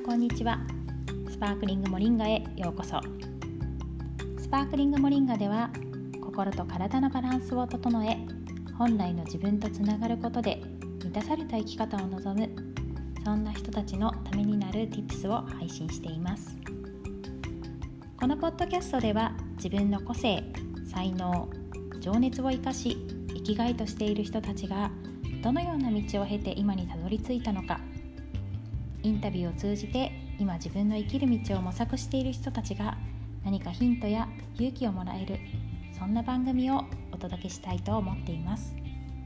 こんにちは。スパークリングモリンガへようこそ。スパークリングモリンガでは心と体のバランスを整え、本来の自分とつながることで満たされた生き方を望む、そんな人たちのためになる Tips を配信しています。このポッドキャストでは自分の個性、才能、情熱を生かし生きがいとしている人たちがどのような道を経て今にたどり着いたのか、インタビューを通じて今自分の生きる道を模索している人たちが何かヒントや勇気をもらえる、そんな番組をお届けしたいと思っています。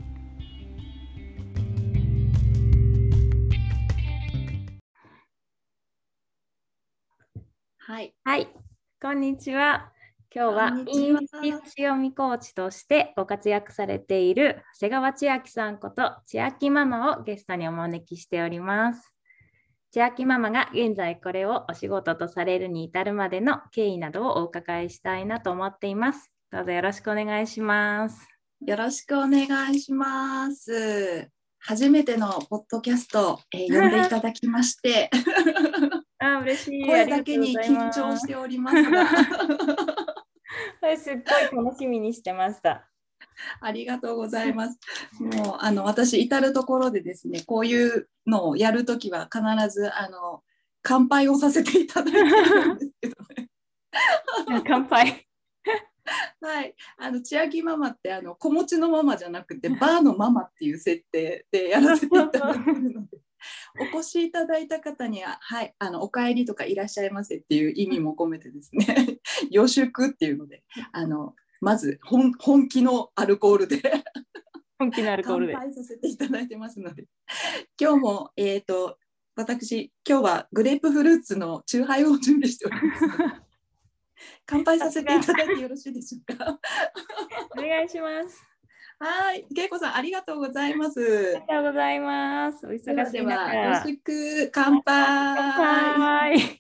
はい、こんにちは。今日はインスピラシオミコーチとしてご活躍されている長谷川千秋さんこと千秋ママをゲストにお招きしております。千秋ママが現在これをお仕事とされるに至るまでの経緯などをお伺いしたいなと思っています。どうぞよろしくお願いします。 よろしくお願いします。初めてのポッドキャスト、呼んでいただきまして嬉しい。 声だけに緊張しておりますがすっごい楽しみにしてました。 ありがとうございます。もう私至るところでですね、こういうのをやるときは必ず乾杯をさせていただいているんですけどね乾杯はい、千秋ママって子持ちのママじゃなくてバーのママっていう設定でやらせていただいているのでお越しいただいた方には、はい、お帰りとかいらっしゃいませっていう意味も込めてですね予祝っていうのでまず本気のアルコールで乾杯させていただいてますので、今日も、私今日はグレープフルーツのチューハイを準備しておりますので乾杯させていただいてよろしいでしょうかお願いします。 はい、けいこさんありがとうございます。 ありがとうございます。お忙しい中。 ではよろしく乾杯。 乾杯。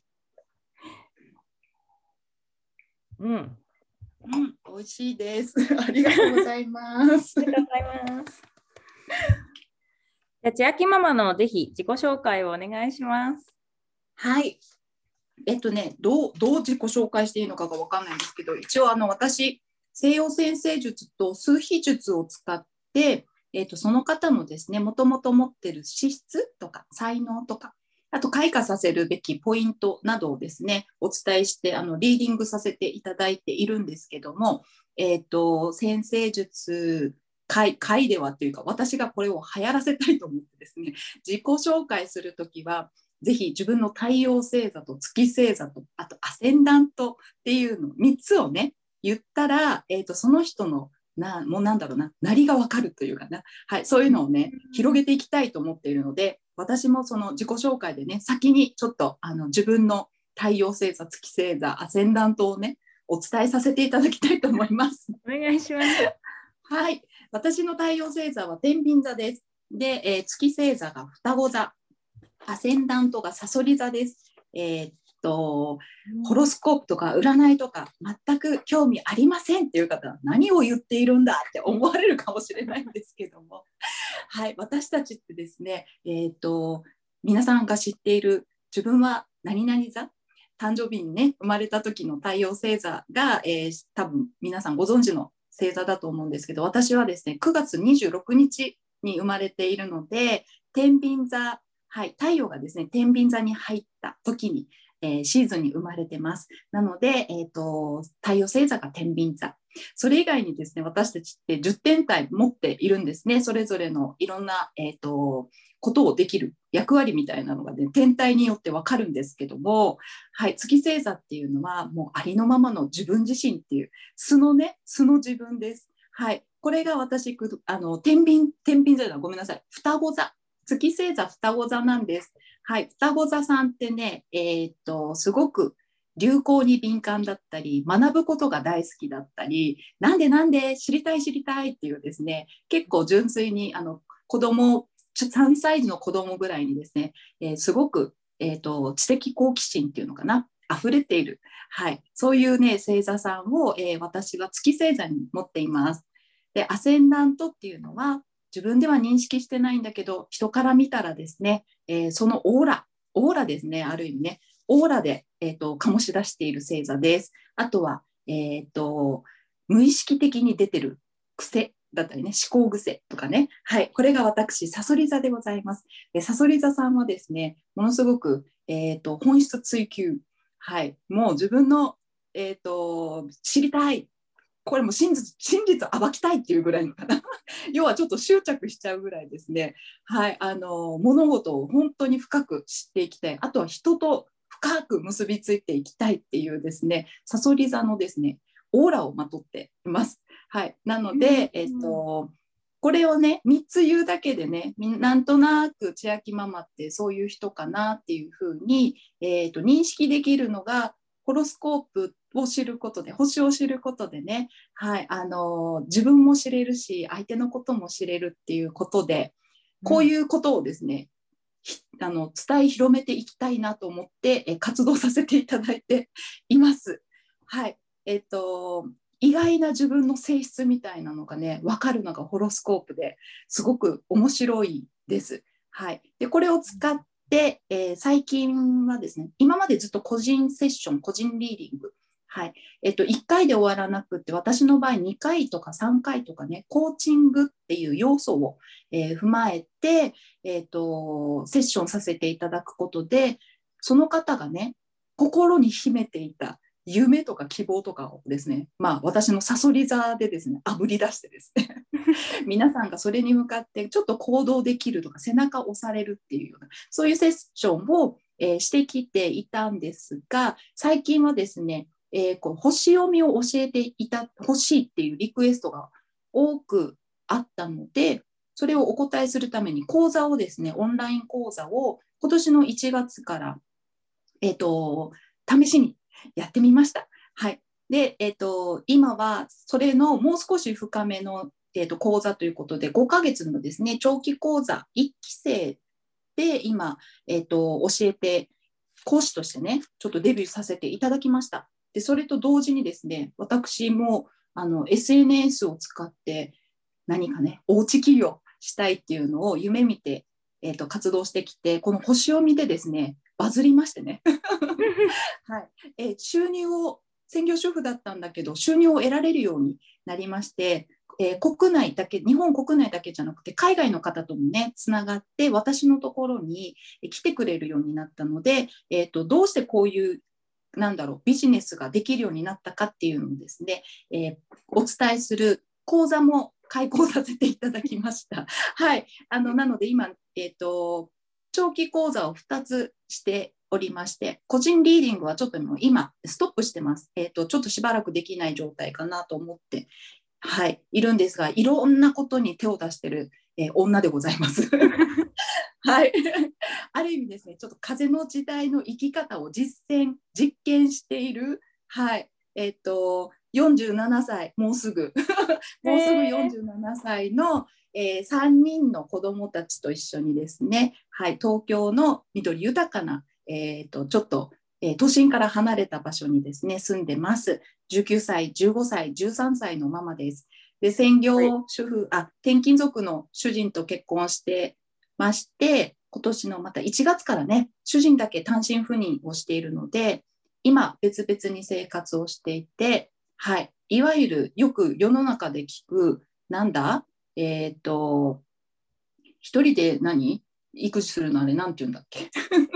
美味しいです。ありがとうございます。 ありがとうございます。じゃあ千秋ママのぜひ自己紹介をお願いします。 はい。どう自己紹介していいのかが分かんないんですけど、一応私西洋占星術と数秘術を使って、その方のですね、もともと持ってる資質とか才能とか、あと開花させるべきポイントなどをですね、お伝えしてリーディングさせていただいているんですけども、占星術会ではというか、私がこれを流行らせたいと思ってですね、自己紹介するときはぜひ自分の太陽星座と月星座と、あとアセンダントっていうの3つをね言ったら、その人のもうなんだろうな、なりが分かるというかな、はい、そういうのをね広げていきたいと思っているので、私もその自己紹介でね先にちょっと自分の太陽星座、月星座、アセンダントをねお伝えさせていただきたいと思います。 お願いします。 はい、私の太陽星座は天秤座です。で、月星座が双子座、アセンダントがサソリ座です。ホロスコープとか占いとか全く興味ありませんっていう方は何を言っているんだって思われるかもしれないんですけどもはい、私たちってですね、皆さんが知っている自分は何々座、誕生日にね生まれた時の太陽星座が、多分皆さんご存知の星座だと思うんですけど、私はですね9月26日に生まれているので、天秤座、はい、太陽がですね天秤座に入った時に、シーズンに生まれてます。なので、太陽星座が天秤座、それ以外にですね私たちって10天体持っているんですね。それぞれのいろんな、ことをできる役割みたいなのが、ね、天体によって分かるんですけども、はい、月星座っていうのはもうありのままの自分自身っていう素の自分です。はい、これが私天秤座だ、ごめんなさい、双子座、月星座双子座なんです。はい、双子座さんってね、すごく流行に敏感だったり、学ぶことが大好きだったり、なんで知りたいっていうですね、結構純粋に子供3歳児の子供ぐらいにですね、すごく、知的好奇心っていうのかな、溢れている、はい、そういうね星座さんを、私は月星座に持っています。でアセンダントっていうのは自分では認識してないんだけど、人から見たらですね、そのオーラオーラですね、ある意味ね、オーラで、醸し出している星座です。あとは、無意識的に出てる癖だったりね、思考癖とかね、はい、これが私、さそり座でございます。さそり座さんはですね、ものすごく、本質追求、はい、もう自分の、知りたい、これも真実を暴きたいっていうぐらいのかな要はちょっと執着しちゃうぐらいですね、はい、物事を本当に深く知っていきたい、あとは人と深く結びついていきたいっていうですね、さそり座のですね、オーラをまとっています。はい、なので、これをね、3つ言うだけでね、なんとなく千秋ママってそういう人かなっていうふうに、認識できるのが、ホロスコープを知ることで、星を知ることでね、はい、自分も知れるし、相手のことも知れるっていうことで、こういうことをですね、伝え広めていきたいなと思って、活動させていただいています。はい、意外な自分の性質みたいなのがね、分かるのがホロスコープですごく面白いです。はい、でこれを使って、最近はですね、今までずっと個人セッション、個人リーディング、はい、1回で終わらなくって、私の場合2回とか3回とかね、コーチングっていう要素を、踏まえて、セッションさせていただくことで、その方がね、心に秘めていた夢とか希望とかをですね、私のさそり座でですね、あぶり出してですね皆さんがそれに向かってちょっと行動できるとか、背中を押されるっていうような、そういうセッションを、してきていたんですが、最近はですね、星読みを教えてほしいっていうリクエストが多くあったので、それをお答えするために講座をですね、オンライン講座を今年の1月から、試しにやってみました。はい。で、今はそれのもう少し深めの、講座ということで、5ヶ月のですね、長期講座1期生で今、教えて、講師としてね、ちょっとデビューさせていただきました。で、それと同時にですね、私もSNS を使って何かね、おうち企業したいっていうのを夢見て、活動してきて、この星を見てですね、バズりましてね、はい収入を、専業主婦だったんだけど、収入を得られるようになりまして、国内だけ、日本国内だけじゃなくて、海外の方ともね、つながって、私のところに来てくれるようになったので、どうしてこういう、ビジネスができるようになったかっていうのをですね、お伝えする講座も開講させていただきました。はい。なので今、長期講座を2つしておりまして、個人リーディングはちょっともう今ストップしてます。ちょっとしばらくできない状態かなと思って、はい、いるんですが、いろんなことに手を出してる、女でございます。はい。ある意味ですね、ちょっと風の時代の生き方を実験している、はい。47歳、もうすぐ47歳の、3人の子どもたちと一緒にですね、はい、東京の緑豊かな、ちょっと、都心から離れた場所にですね、住んでます。19歳、15歳、13歳のママです。で、専業主婦、転勤族の主人と結婚してまして、今年のまた1月からね、主人だけ単身赴任をしているので、今別々に生活をしていて、はい、いわゆるよく世の中で聞く、一人で育児するのあれ、なんて言うんだっけ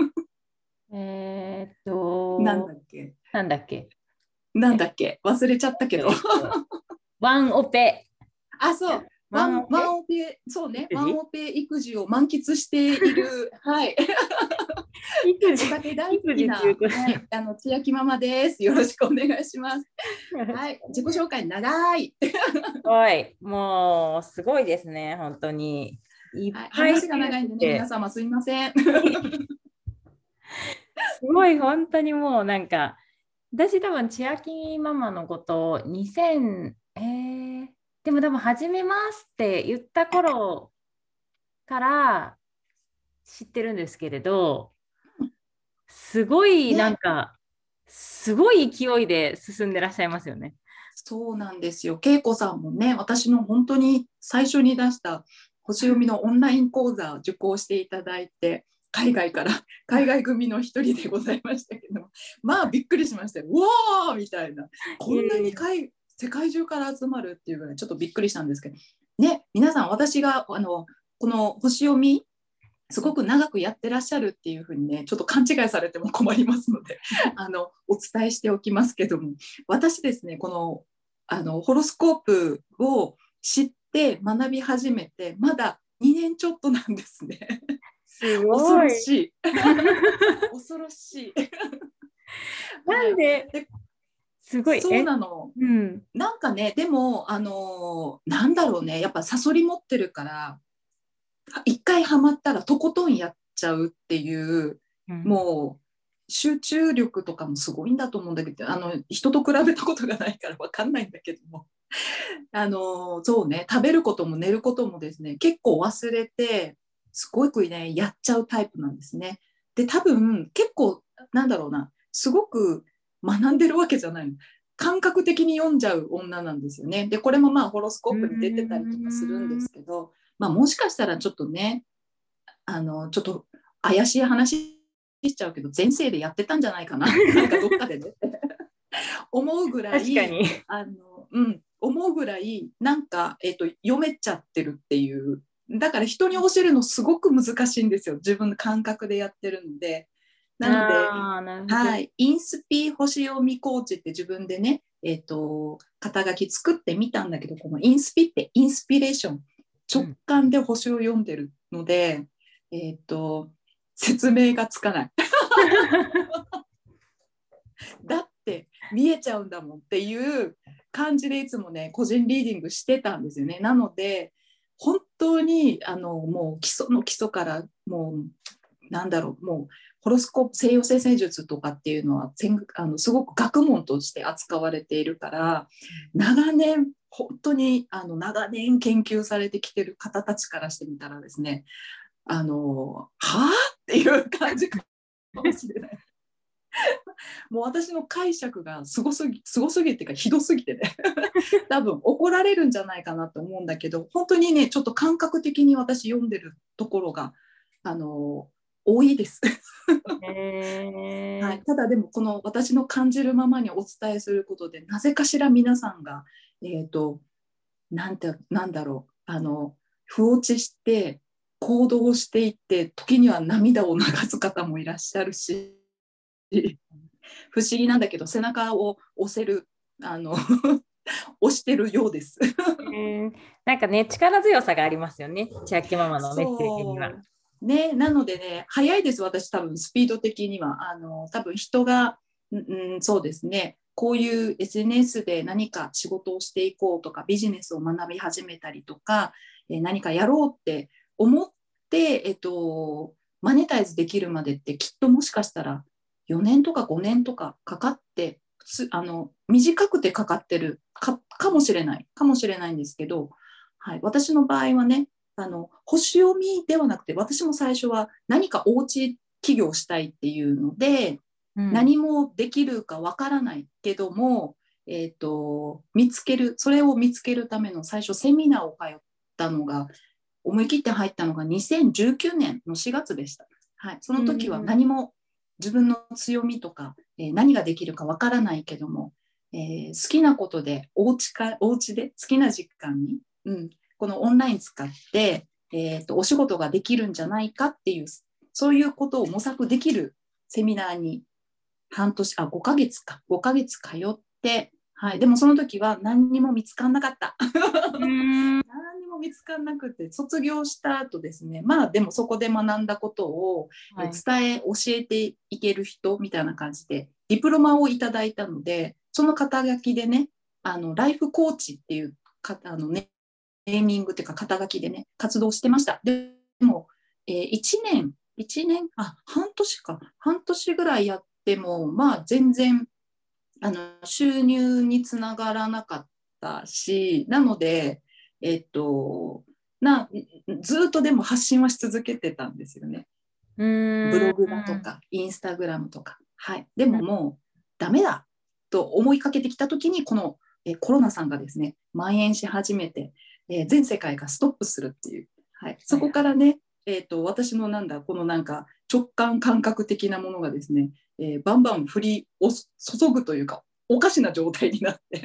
なんだっけ忘れちゃったけど。 ワンオペ。 そう。ワンオペ、そうね。ワンオペ育児を満喫している、はい。お酒大好きな、千秋ママです。よろしくお願いします。はい。自己紹介長い。 もうすごいですね、本当に。 話が長いんでね、皆様すみません。 すごい、本当にもう私多分千秋ママのことでも多分始めますって言った頃から知ってるんですけれど、すごいすごい勢いで進んでらっしゃいますよね。 そうなんですよ。恵子さんもね、私の本当に最初に出した星読みのオンライン講座を受講していただいて、 海外組の一人でございましたけど、まあびっくりしましたよ。うわーみたいな、こんなに世界中から集まるっていうぐらいちょっとびっくりしたんですけどね。皆さん、私がこの星読みすごく長くやってらっしゃるっていうふうにね、ちょっと勘違いされても困りますのでお伝えしておきますけども、私ですね、このホロスコープを知って学び始めてまだ2年ちょっとなんですね。 すごい恐ろしい恐ろしいなんで、すごい。 そうなの、なんかね、でもなんだろうね、やっぱサソリ持ってるから一回ハマったらとことんやっちゃうっていう、もう集中力とかもすごいんだと思うんだけど、人と比べたことがないから分かんないんだけどもそうね、食べることも寝ることもですね、結構忘れてすごくねやっちゃうタイプなんですね。で、多分結構なんだろうな、すごく学んでるわけじゃないの、感覚的に読んじゃう女なんですよね。で、これもまあホロスコープに出てたりとかするんですけど、まあ、もしかしたらちょっとね、ちょっと怪しい話しちゃうけど、前世でやってたんじゃないかななんかどっかでね思うぐらい、 確かに思うぐらいなんか、読めちゃってるっていう。だから人に教えるのすごく難しいんですよ、自分の感覚でやってるので。なので、はい、インスピ星読みコーチって自分でね、肩書き作ってみたんだけど、このインスピってインスピレーション、直感で星を読んでるので、説明がつかないだって見えちゃうんだもんっていう感じでいつもね個人リーディングしてたんですよね。なので本当にもう基礎の基礎からもうなんだろう、もうホロスコープ、西洋占星術とかっていうのはすごく学問として扱われているから、長年本当に長年研究されてきてる方たちからしてみたらですね、はぁっていう感じかもしれないもう私の解釈がすごすぎっていうかひどすぎてね多分怒られるんじゃないかなと思うんだけど、本当にねちょっと感覚的に私読んでるところが多いですはい、ただでもこの私の感じるままにお伝えすることでなぜかしら皆さんがなんだろう、不落ちして行動していって時には涙を流す方もいらっしゃるし不思議なんだけど背中を押せる押してるようですなんかね力強さがありますよね、千秋ママのメッセージには。 ね、なのでね早いです私多分スピード的には多分人が、そうですね、こういう SNS で何か仕事をしていこうとかビジネスを学び始めたりとか、何かやろうって思って、マネタイズできるまでってきっともしかしたら4年とか5年とかかかって短くてかかってるかもしれないんですけど、はい、私の場合はね星読みではなくて、私も最初は何かおうち起業したいっていうので、何もできるかわからないけども、それを見つけるための最初セミナーを通ったのが思い切って入ったのが2019年の4月でした、はい、その時は何も自分の強みとか、何ができるかわからないけども、好きなことでおうちで好きな時間に、このオンライン使って、お仕事ができるんじゃないかっていうそういうことを模索できるセミナーに5ヶ月通って、はい、でもその時は何にも見つからなかった何にも見つからなくて卒業した後ですね、まあでもそこで学んだことを教えていける人みたいな感じでディプロマをいただいたので、その肩書きでねライフコーチっていうネーミングっていうか肩書きでね活動してました。でも、半年ぐらいやってもまあ全然収入につながらなかったし、なのでずっとでも発信はし続けてたんですよね。ブログだとかインスタグラムとか、はい、でももうダメだと思いかけてきた時にこのコロナさんがですね蔓延し始めて、全世界がストップするっていう、はい、そこからね私のこの直感感覚的なものがですね、バンバン注ぐというかおかしな状態になって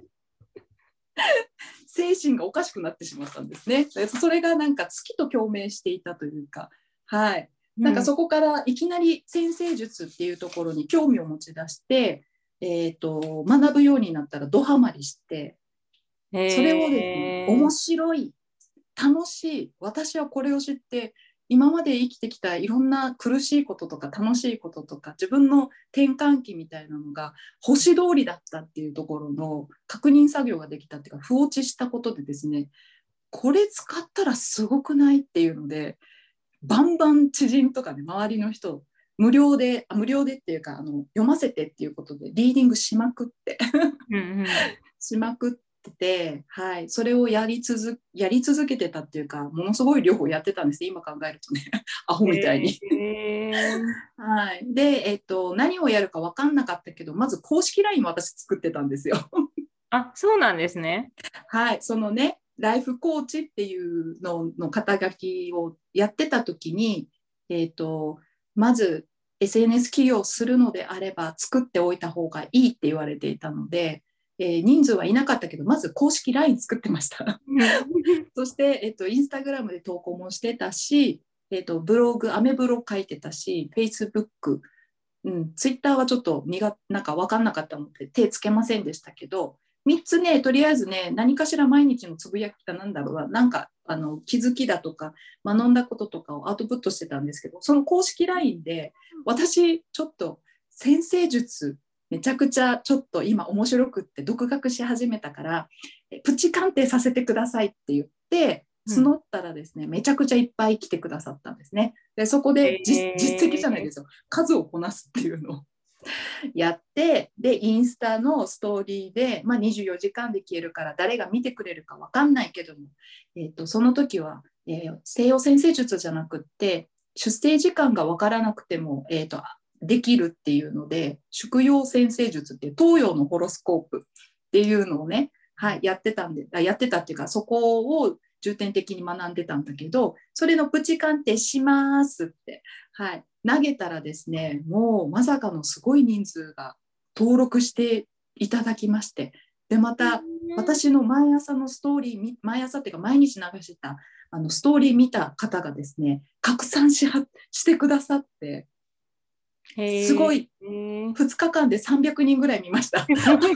精神がおかしくなってしまったんですね。それが月と共鳴していたというか、はい、そこからいきなり占星術っていうところに興味を持ち出して、学ぶようになったらドハマりして、それをですね、面白い、楽しい、私はこれを知って今まで生きてきたいろんな苦しいこととか楽しいこととか自分の転換期みたいなのが星通りだったっていうところの確認作業ができたっていうか、不落ちしたことでですね、これ使ったらすごくないっていうので、バンバン知人とかね、周りの人無料でっていうか読ませてっていうことでリーディングしまくってしまくってて、はい、それをやり続けてたっていうか、ものすごい量をやってたんです、今考えるとねアホみたいにはい、で、何をやるか分かんなかったけど、まず公式 LINE を私作ってたんですよあ、そうなんですね。 はい、そのね、ライフコーチっていうのの肩書きをやってた時に、まず SNS 起業するのであれば作っておいた方がいいって言われていたので、人数はいなかったけどまず公式 LINE 作ってましたそして、インスタグラムで投稿もしてたし、ブログ、アメブロ書いてたし、Facebook、ツイッターはちょっと分かんなかったので手つけませんでしたけど、3つね、とりあえずね、何かしら毎日のつぶやきか気づきだとか学んだこととかをアウトプットしてたんですけど、その公式 LINE で私ちょっと占星術めちゃくちゃちょっと今面白くって独学し始めたからプチ鑑定させてくださいって言って募ったらですね、めちゃくちゃいっぱい来てくださったんですね。でそこで実績じゃないですよ、数をこなすっていうのをやって、でインスタのストーリーで、24時間で消えるから誰が見てくれるか分かんないけども、その時は、西洋占星術じゃなくって出生時間が分からなくても、できるっていうので、宿陽占星術っていう東洋のホロスコープっていうのをね、はい、やってたっていうか、そこを重点的に学んでたんだけど、それのプチ鑑定しますって、はい、投げたらですね、もうまさかのすごい人数が登録していただきまして、でまた私の毎朝のストーリー、毎朝っていうか毎日流してたストーリー見た方がですね、拡散してくださって、すごい2日間で300人ぐらい見ました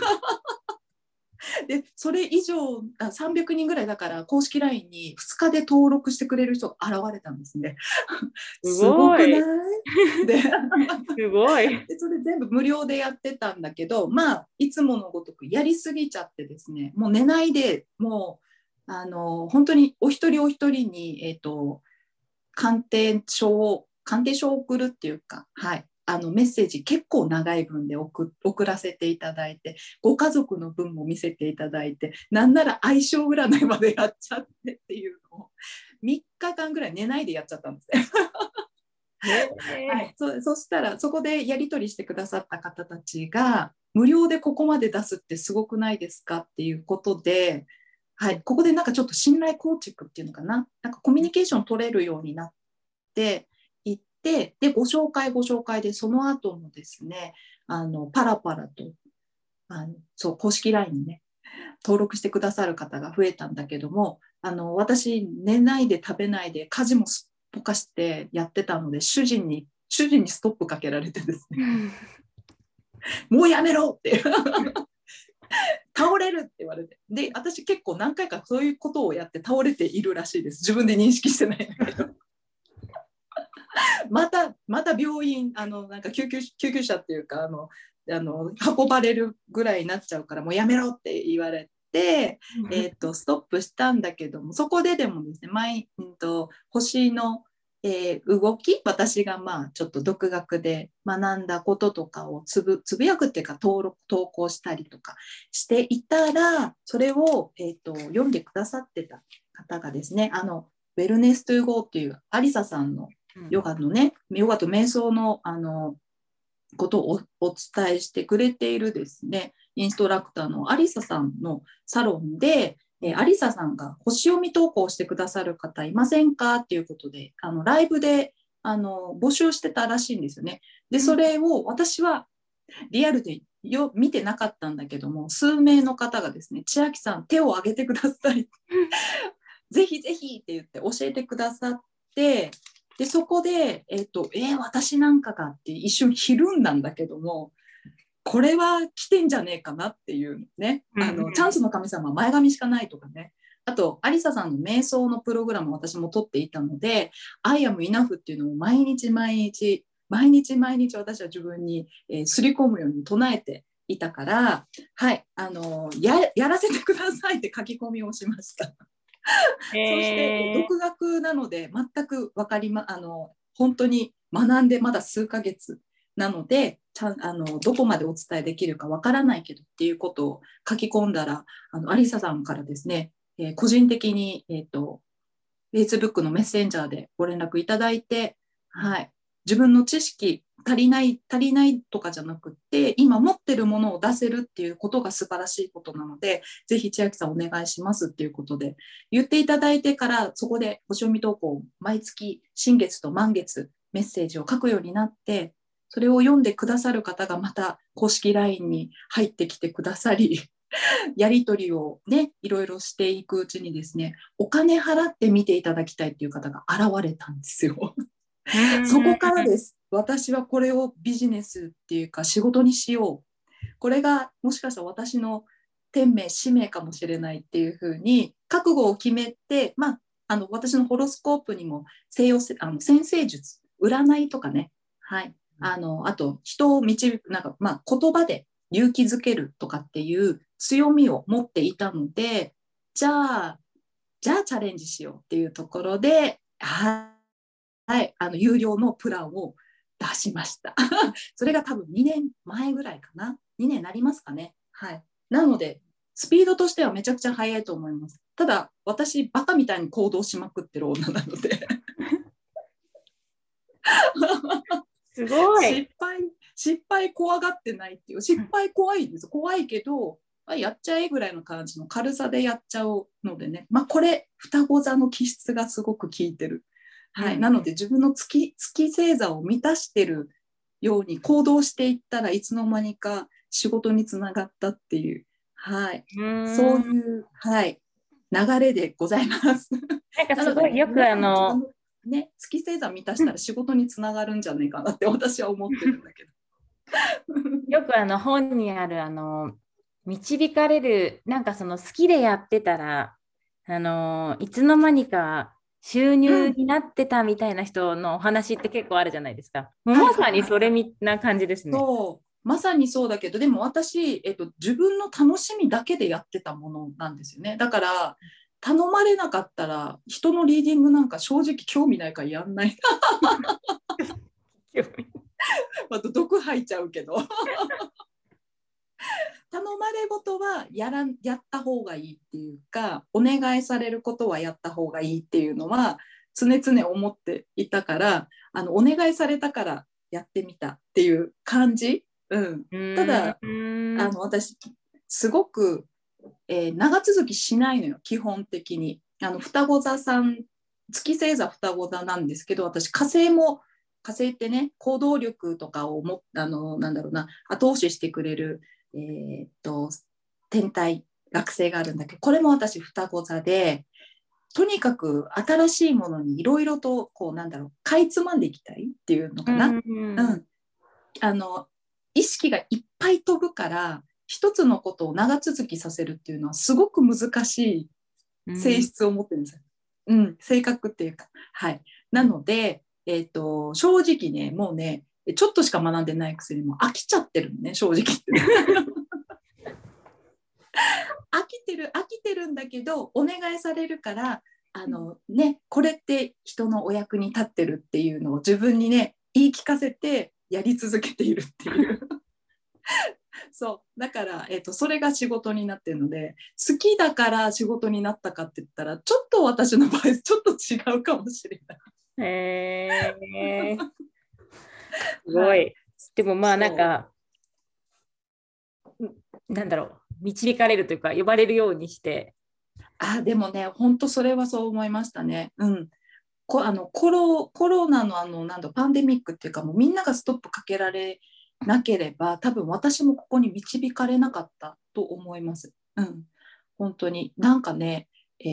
でそれ以上300人ぐらいだから公式 LINE に2日で登録してくれる人が現れたんですねすごくないすごいでそれ全部無料でやってたんだけど、いつものごとくやりすぎちゃってですね、もう寝ないで、もう本当にお一人お一人に、鑑定書を送るっていうか、はい、メッセージ結構長い文で送らせていただいて、ご家族の文も見せていただいて、なんなら相性占いまでやっちゃってっていうのを3日間ぐらい寝ないでやっちゃったんですねはい、そしたらそこでやり取りしてくださった方たちが無料でここまで出すってすごくないですかっていうことで、はい、ここでちょっと信頼構築っていうのかな、コミュニケーション取れるようになっていって、でご紹介でその後もですね、パラパラとそう公式 LINE にね登録してくださる方が増えたんだけども、私寝ないで食べないで家事もすっぽかしてやってたので、主人にストップかけられてですねもうやめろって倒れるって言われて、で私結構何回かそういうことをやって倒れているらしいです。自分で認識してないんだけどまた病院救急車っていうか運ばれるぐらいになっちゃうからもうやめろって言われて、ストップしたんだけども、そこででもですね、星の、動き、私がちょっと独学で学んだこととかをつぶやくっていうか投稿したりとかしていたら、それを、読んでくださってた方がですね、ウェルネストゥーゴーっていうアリサさんのヨガのね、ヨガと瞑想のことをお伝えしてくれているですね、インストラクターのアリサさんのサロンで、 アリサさんが星読み投稿してくださる方いませんかっていうことで、ライブで募集してたらしいんですよね。で、それを私はリアルで見てなかったんだけども、数名の方がですね、千秋さん手を挙げてください。ぜひぜひって言って教えてくださって、で、そこで、私なんかがって一瞬ひるんだんだけども、これは来てんじゃねえかなっていうね、チャンスの神様は前髪しかないとかね、あと、アリサさんの瞑想のプログラムを私も取っていたので、I am enough っていうのを毎日私は自分に、すり込むように唱えていたから、はい、やらせてくださいって書き込みをしました。そして独学なので全く本当に学んでまだ数ヶ月なのでどこまでお伝えできるかわからないけどっていうことを書き込んだらアリサさんからですね、個人的に、Facebook のメッセンジャーでご連絡いただいて、はい、自分の知識足りないとかじゃなくって今持ってるものを出せるっていうことが素晴らしいことなので、ぜひ千秋さんお願いしますっていうことで言っていただいてから、そこで星読み投稿毎月新月と満月メッセージを書くようになって、それを読んでくださる方がまた公式 LINE に入ってきてくださりやり取りをねいろいろしていくうちにですね、お金払って見ていただきたいっていう方が現れたんですよ。そこからです。私はこれをビジネスっていうか仕事にしよう。これがもしかしたら私の天命使命かもしれないっていうふうに覚悟を決めて、私のホロスコープにも先生術、占いとかね、はい、あと人を導く言葉で勇気づけるとかっていう強みを持っていたので、じゃあチャレンジしようっていうところで、はい、有料のプランを出しました。それが多分2年前ぐらいかな。2年になりますかね。はい。なので、スピードとしてはめちゃくちゃ速いと思います。ただ、私、バカみたいに行動しまくってる女なので。 すごい。失敗怖がってないっていう。失敗怖いんです。怖いけど、やっちゃえぐらいの感じの軽さでやっちゃうのでね。これ、双子座の気質がすごく効いてる。はい、なので自分の月星座を満たしてるように行動していったらいつの間にか仕事につながったっていう、はい、そういう、はい、流れでございます。 なんかすごいよくね、月星座満たしたら仕事につながるんじゃないかなって私は思ってるんだけど。 よく本にある導かれる、なんかその好きでやってたらいつの間にか収入になってたみたいな人のお話って結構あるじゃないですか。まさにそれな感じですね。 そう、まさにそうだけど、でも私、自分の楽しみだけでやってたものなんですよね。だから頼まれなかったら人のリーディングなんか正直興味ないからやんない。毒吐いちゃうけど。頼まれごとはやった方がいいっていうか、お願いされることはやった方がいいっていうのは常々思っていたから、お願いされたからやってみたっていう感じ、ただ私すごく、長続きしないのよ、基本的に。双子座さん、月星座双子座なんですけど、私火星ってね、行動力とかを後押ししてくれる天体学星があるんだけど、これも私双子座で、とにかく新しいものにいろいろとかいつまんでいきたいっていうのかな、意識がいっぱい飛ぶから一つのことを長続きさせるっていうのはすごく難しい性質を持ってるんですよ、性格っていうか、はい。なので、正直ね、もうね、ちょっとしか学んでないくせにも飽きちゃってるのね、正直って。飽きてるんだけど、お願いされるからこれって人のお役に立ってるっていうのを自分にね言い聞かせてやり続けているっていうそうだから、それが仕事になってるので、好きだから仕事になったかって言ったらちょっと私の場合ちょっと違うかもしれない。 すごい、はい、でもなんか導かれるというか呼ばれるようにしてでもね、本当それはそう思いましたね。うん。コロナのなんだパンデミックっていうか、もうみんながストップかけられなければ、多分私もここに導かれなかったと思います。うん。本当に。なんかね、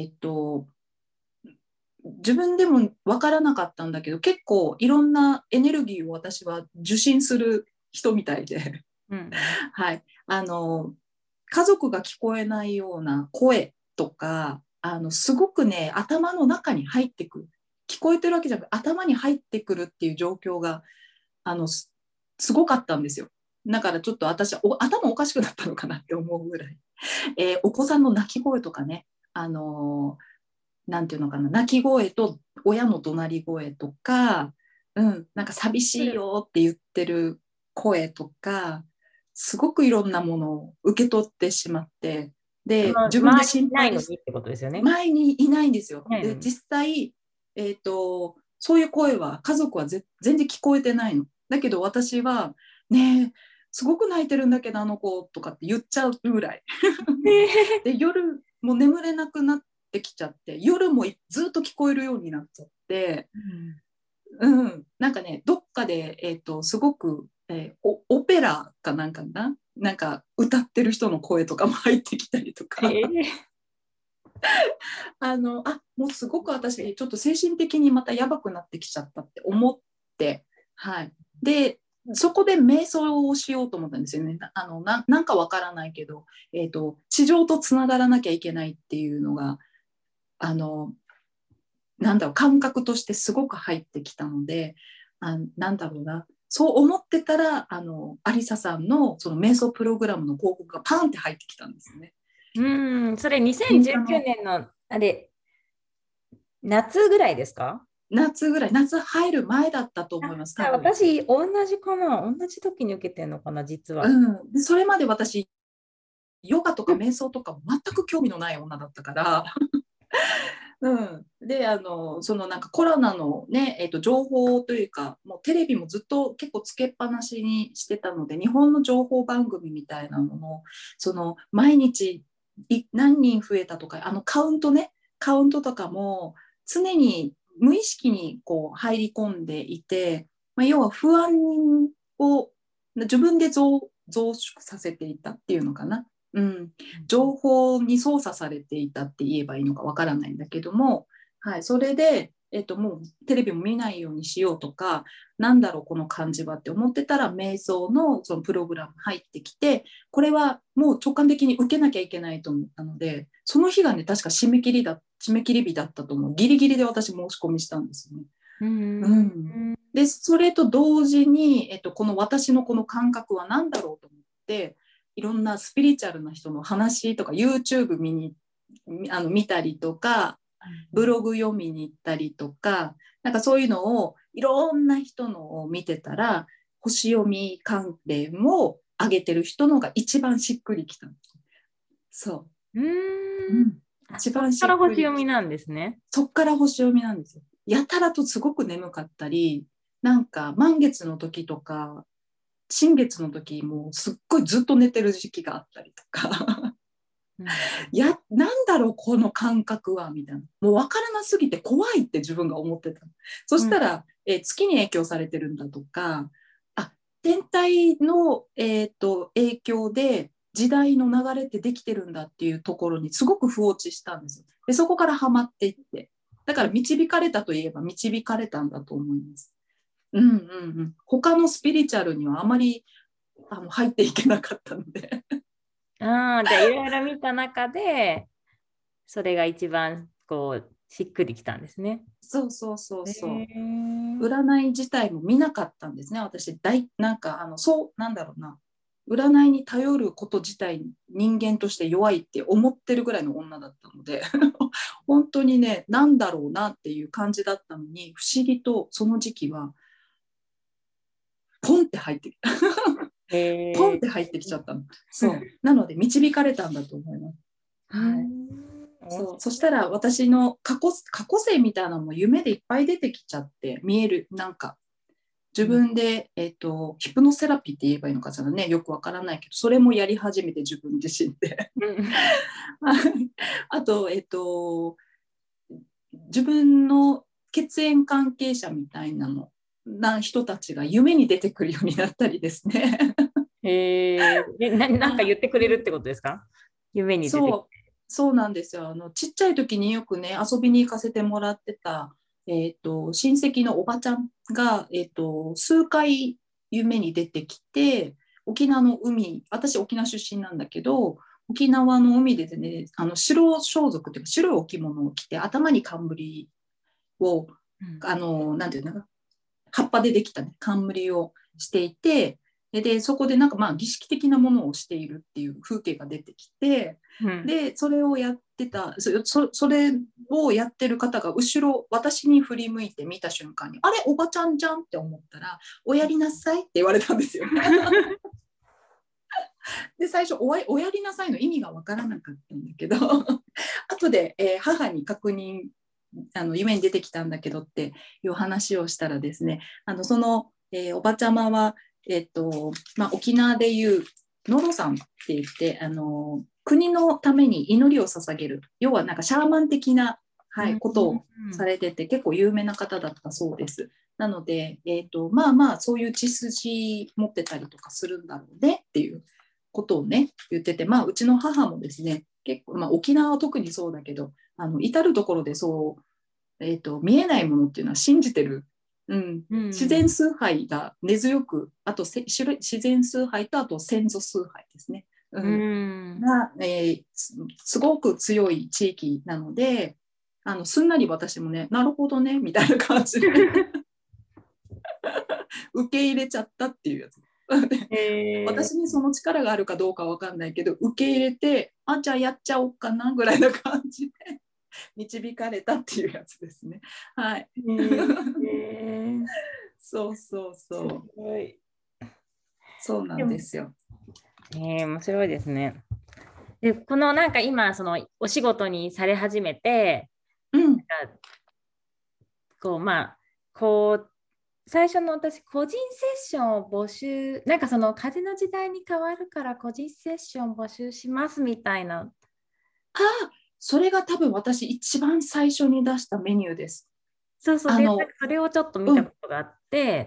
自分でも分からなかったんだけど、結構いろんなエネルギーを私は受信する人みたいで、 うん、 はい。家族が聞こえないような声とか、すごくね、頭の中に入ってくる。聞こえてるわけじゃなく頭に入ってくるっていう状況がすごかったんですよ。だからちょっと私頭おかしくなったのかなって思うぐらい、お子さんの泣き声とかね、なんていうのかな、泣き声と親の怒鳴り声とか、なんか寂しいよって言ってる声とか、すごくいろんなものを受け取ってしまって、で自分で心配です。前にいないんですよ。で実際、そういう声は家族は全然聞こえてないの。だけど私はね、すごく泣いてるんだけどあの子とかって言っちゃうぐらいで夜もう眠れなくなってきちゃって、夜もずっと聞こえるようになっちゃって、なんかね、どっかで、すごく、オペラかなんかな、なんか歌ってる人の声とかも入ってきたりとか、もうすごく私ちょっと精神的にまたやばくなってきちゃったって思って、はい、でそこで瞑想をしようと思ったんですよね。なんかわからないけど、地上とつながらなきゃいけないっていうのがなんだろう、感覚としてすごく入ってきたので、なんだろうな、そう思ってたらアリサさんのその瞑想プログラムの広告がパンって入ってきたんですよね。 それ2019年のあれ夏ぐらいですか？ 夏ぐらい、夏入る前だったと思います。 私同じかな、同じ時に受けてるのかな、実は。 でそれまで私ヨガとか瞑想とか全く興味のない女だったからでそのなんかコロナの、ね情報というか、もうテレビもずっと結構つけっぱなしにしてたので、日本の情報番組みたいなのもその毎日何人増えたとかカウントとかも常に無意識にこう入り込んでいて、要は不安を自分で増殖させていたっていうのかな。情報に操作されていたって言えばいいのかわからないんだけども、はい、それで、もうテレビも見ないようにしようとか、なんだろうこの感じはって思ってたら瞑想のそのプログラム入ってきて、これはもう直感的に受けなきゃいけないと思ったので、その日がね確か締め切り日だったと思う。ギリギリで私申し込みしたんですよね。でそれと同時に、この私のこの感覚は何だろうと思って、いろんなスピリチュアルな人の話とか YouTube 見たりとか、ブログ読みに行ったりとか、なんかそういうのをいろんな人のを見てたら、星読み関連を上げてる人のが一番しっくりきたんです。そう。 一番しっくり。そっから星読みなんですね。 そっから星読みなんですよ。やたらとすごく眠かったり、なんか満月の時とか新月の時もすっごいずっと寝てる時期があったりとかなんだろうこの感覚はみたいな、もう分からなすぎて怖いって自分が思ってた。そしたら、月に影響されてるんだとか、天体の、影響で時代の流れってできてるんだっていうところにすごく不落ちしたんですよ。でそこからハマっていって、だから導かれたといえば導かれたんだと思います。他のスピリチュアルにはあまり入っていけなかったのでじゃあいろいろ見た中でそれが一番こうしっくりきたんですね。 そう。占い自体も見なかったんですね、私。なんかなんだろうな、占いに頼ること自体人間として弱いって思ってるぐらいの女だったので本当にね、なんだろうなっていう感じだったのに、不思議とその時期はポンって入ってきたポンって入ってきちゃったの。そうなので導かれたんだと思います。そしたら私の過去性みたいなのも夢でいっぱい出てきちゃって、見える、なんか自分で、ヒプノセラピーって言えばいいのかしらね、よくわからないけど、それもやり始めて自分自身で。あと、自分の血縁関係者みたいな人たちが夢に出てくるようになったりですね。 なんか言ってくれるってことですか？夢に出てくる。 そうなんですよ。ちっちゃい時によくね、遊びに行かせてもらってた、親戚のおばちゃんが、数回夢に出てきて、沖縄の海、私沖縄出身なんだけど、沖縄の海でね、白装束っていうか白い置物を着て、頭に冠を、なんていうの、葉っぱでできた、ね、冠をしていて、でそこでなんかまあ儀式的なものをしているっていう風景が出てきて、でそれをやってた、それをやってる方が後ろ私に振り向いて見た瞬間に、あれおばちゃんじゃんって思ったら、おやりなさいって言われたんですよね。で最初おやりなさいの意味が分からなかったんだけど後で、母に確認、夢に出てきたんだけどっていう話をしたらですね、その、おばちゃまは、沖縄でいうノロさんって言って、国のために祈りを捧げる、要はなんかシャーマン的な、ことをされてて、結構有名な方だったそうです。なので、まあまあそういう血筋持ってたりとかするんだろうねっていうことをね言ってて、まあうちの母もですね、結構、まあ、沖縄は特にそうだけど、至るところでそう、見えないものっていうのは信じてる、自然崇拝が根強く、あと自然崇拝とあと先祖崇拝ですね、が、すごく強い地域なので、すんなり私もね、なるほどねみたいな感じで受け入れちゃったっていうやつ。私にその力があるかどうかわかんないけど、受け入れて、じゃあやっちゃおうかなぐらいな感じで導かれたっていうやつですね。はい。そうそうそう。そうなんですよ。 面白いですね。でこのなんか今そのお仕事にされ始めて、最初の私個人セッションを募集、なんかその風の時代に変わるから個人セッション募集しますみたいな。 それが多分私一番最初に出したメニューです。 そうそう、でそれをちょっと見たことがあって、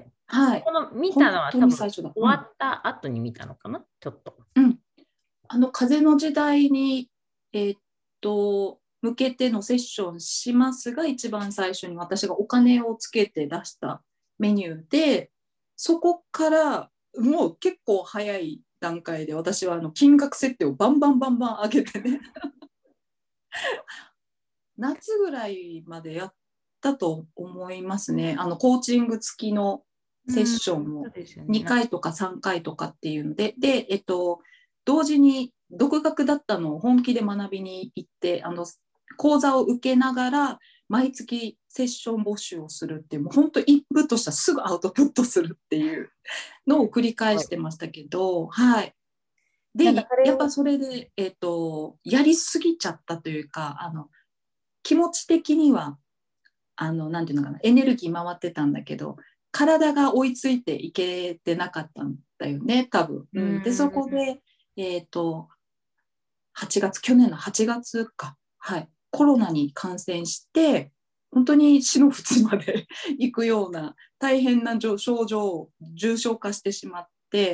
この見たのは多分終わった後に見たのかな、ちょっと。 風の時代に、向けてのセッションしますが、一番最初に私がお金をつけて出したメニューで、そこからもう結構早い段階で私は金額設定をバンバン上げてね夏ぐらいまでやったと思いますね。コーチング付きのセッションを2回とか3回とかっていうので、同時に独学だったのを本気で学びに行って、講座を受けながら毎月セッション募集をするっていう、もう本当インプットしたらすぐアウトプットするっていうのを繰り返してましたけど、はい。でやっぱそれで、やりすぎちゃったというか、気持ち的にはなんていうのかな、エネルギー回ってたんだけど、体が追いついていけてなかったんだよね、多分。でそこで、去年の8月か、コロナに感染して、本当に死の淵まで行くような大変な症状を重症化してしまって、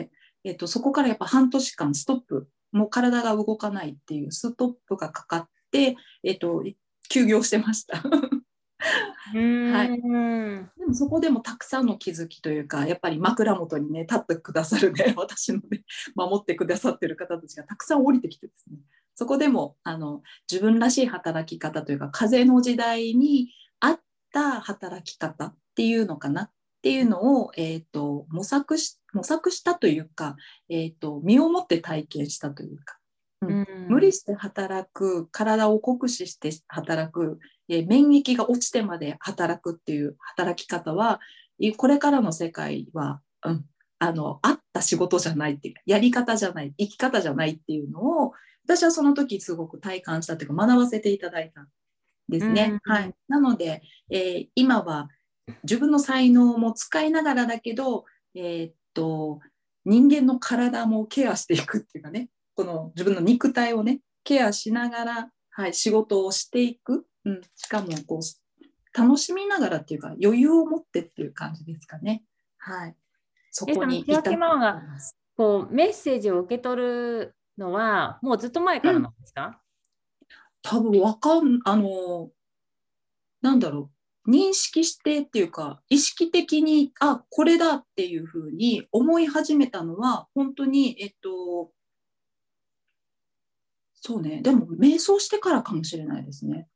そこからやっぱ半年間ストップ、もう体が動かないっていうストップがかかって、休業してましたはい、でもそこでもたくさんの気づきというか、やっぱり枕元にね立ってくださるね、私のね守ってくださってる方たちがたくさん降りてきてですね、そこでも自分らしい働き方というか、風の時代に合った働き方っていうのかなっていうのを、模索したというか、身をもって体験したというか、無理して働く、体を酷使して働く、免疫が落ちてまで働くっていう働き方は、これからの世界は、合った仕事じゃないっていうか、やり方じゃない、生き方じゃないっていうのを、私はその時すごく体感したというか、学ばせていただいたんですね。はい、なので、今は自分の才能も使いながらだけど、人間の体もケアしていくっていうかね、この自分の肉体をねケアしながら、はい、仕事をしていく、しかもこう楽しみながらっていうか余裕を持ってっていう感じですかね。はい、そこに千秋ママがこうメッセージを受け取るのはもうずっと前からなんですか？ 多分なんだろう、認識してっていうか意識的にこれだっていうふうに思い始めたのは本当にそうね、でも瞑想してからかもしれないですね。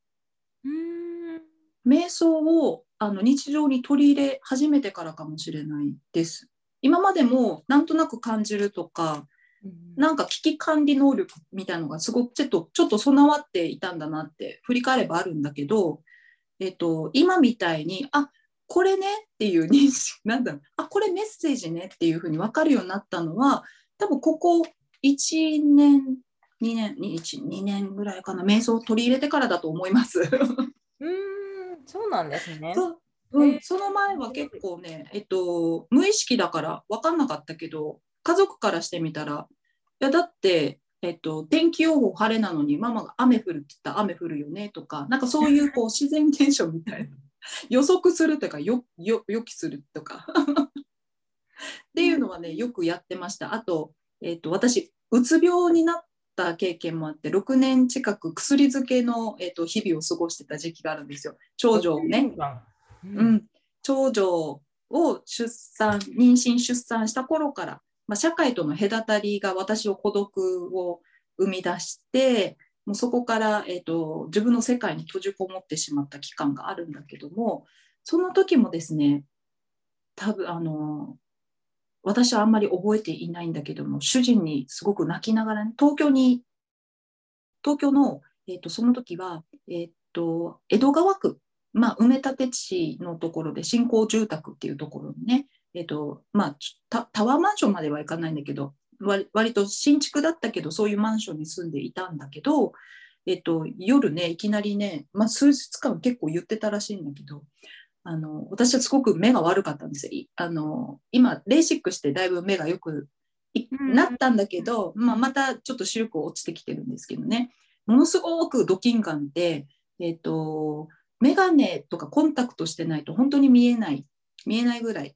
瞑想を日常に取り入れ始めてからかもしれないです。今までもなんとなく感じるとか、なんか危機管理能力みたいなのがすごくちょっと備わっていたんだなって振り返ればあるんだけど、今みたいにこれねっていう認識なんだろう、これメッセージねっていうふうに分かるようになったのは多分ここ1年2年ぐらいかな、瞑想を取り入れてからだと思います。 そうなんですね。 その前は結構ね、無意識だから分かんなかったけど、家族からしてみたら、いやだって、天気予報晴れなのにママが雨降るって言ったら雨降るよねとか、なんかそういうこう自然現象みたいな予測するとか予期するとかっていうのはねよくやってました。あと、私うつ病になった経験もあって6年近く薬漬けの、日々を過ごしてた時期があるんですよ。長女をね、長女を妊娠出産した頃から、社会との隔たりが私を孤独を生み出して、もうそこから、自分の世界に閉じこもってしまった期間があるんだけども、その時もですね、多分私はあんまり覚えていないんだけども、主人にすごく泣きながらね、東京の、その時は、江戸川区、埋め立て地のところで新興住宅っていうところにね、タワーマンションまではいかないんだけど、割と新築だったけどそういうマンションに住んでいたんだけど、夜ねいきなりね、数日間結構言ってたらしいんだけど、私はすごく目が悪かったんですよ。今レーシックしてだいぶ目が良くなったんだけど、またちょっと視力落ちてきてるんですけどね、ものすごくドキンガンで、メガネとかコンタクトしてないと本当に見えないぐらい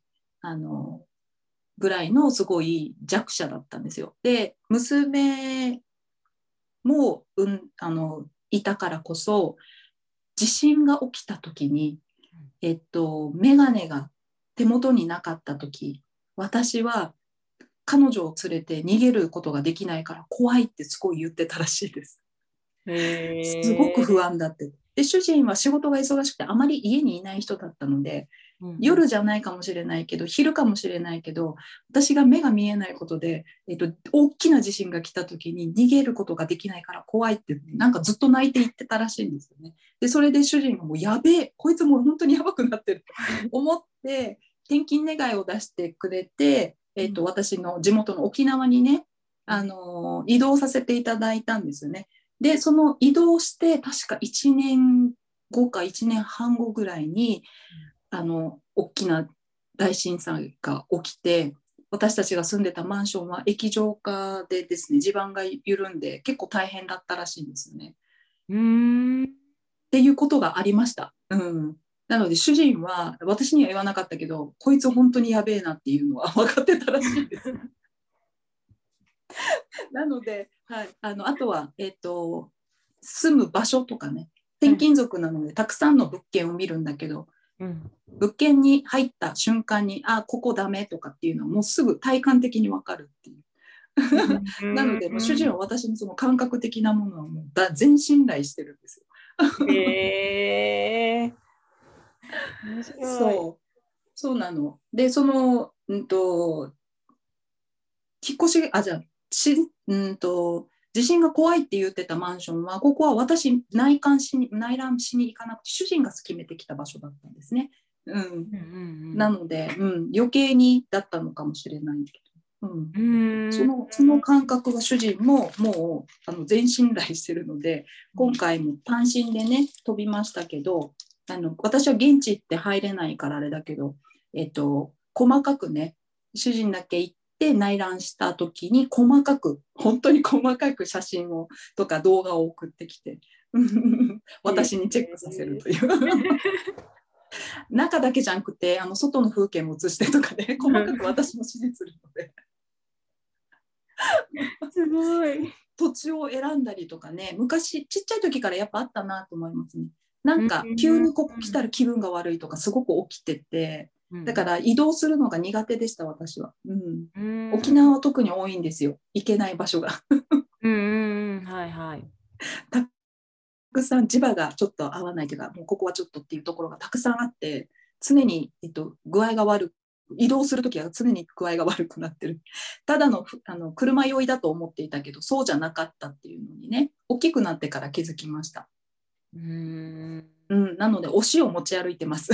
のすごい弱者だったんですよ。で娘も、いたからこそ地震が起きた時に、メガネが手元になかった時、私は彼女を連れて逃げることができないから怖いってすごい言ってたらしいです。すごく不安だって。で主人は仕事が忙しくてあまり家にいない人だったので、夜じゃないかもしれないけど昼かもしれないけど、私が目が見えないことで、大きな地震が来た時に逃げることができないから怖いってなんかずっと泣いて言ってたらしいんですよね。でそれで主人がもうやべえこいつもう本当にやばくなってると思って転勤願いを出してくれて、私の地元の沖縄にね移動させていただいたんですよね。でその移動して確か1年後か1年半後ぐらいに大きな大震災が起きて、私たちが住んでたマンションは液状化でですね、地盤が緩んで結構大変だったらしいんですよね。っていうことがありました。なので主人は私には言わなかったけど、こいつ本当にやべえなっていうのは分かってたらしいです。なので、はい、あとは、住む場所とかね、転勤族なのでたくさんの物件を見るんだけど、物件に入った瞬間にここダメとかっていうのはもうすぐ体感的に分かるっていうなのでもう主人は私のその感覚的なものはもう全信頼してるんですよ。そうなので、その引っ越し地震が怖いって言ってたマンションは、ここは私内覧しに行かなくて主人が決めてきた場所だったんですね。なので、余計にだったのかもしれないけど、その感覚は主人ももう全信頼してるので、今回も単身でね飛びましたけど、 私は現地行って入れないからあれだけど、細かくね、主人だけ行って内覧した時に本当に細かく写真をとか動画を送ってきて私にチェックさせるという中だけじゃなくて外の風景も写してとかね、細かく私も指示するのですごい。 土地を選んだりとかね、昔ちっちゃい時からやっぱあったなと思いますね。なんか急にここ来たら気分が悪いとかすごく起きてて、だから移動するのが苦手でした私は、沖縄は特に多いんですよ、行けない場所がはいはい。 たくさん磁場がちょっと合わないというか、もうここはちょっとっていうところがたくさんあって、常に、具合が悪く、移動するときは常に具合が悪くなってる。ただの、車酔いだと思っていたけど、そうじゃなかったっていうのにね、大きくなってから気づきました。なので、お塩を持ち歩いてます。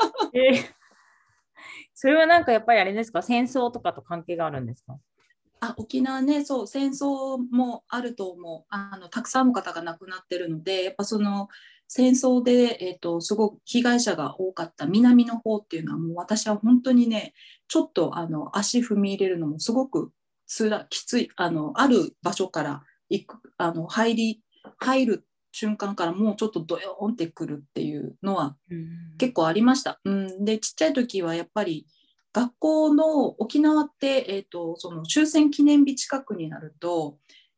それはなんかやっぱりあれですか、戦争とかと関係があるんですか？ 沖縄ね、そう、戦争もあると思う。たくさんの方が亡くなってるので、やっぱその戦争で、すごく被害者が多かった南の方っていうのは、もう私は本当にね、ちょっと足踏み入れるのもすごくきつい、ある場所から行く、入る瞬間からもうちょっとドヨーンってくるっていうのは結構ありました。で、ちっちゃい時はやっぱり、学校の沖縄って、その終戦記念日近くになると、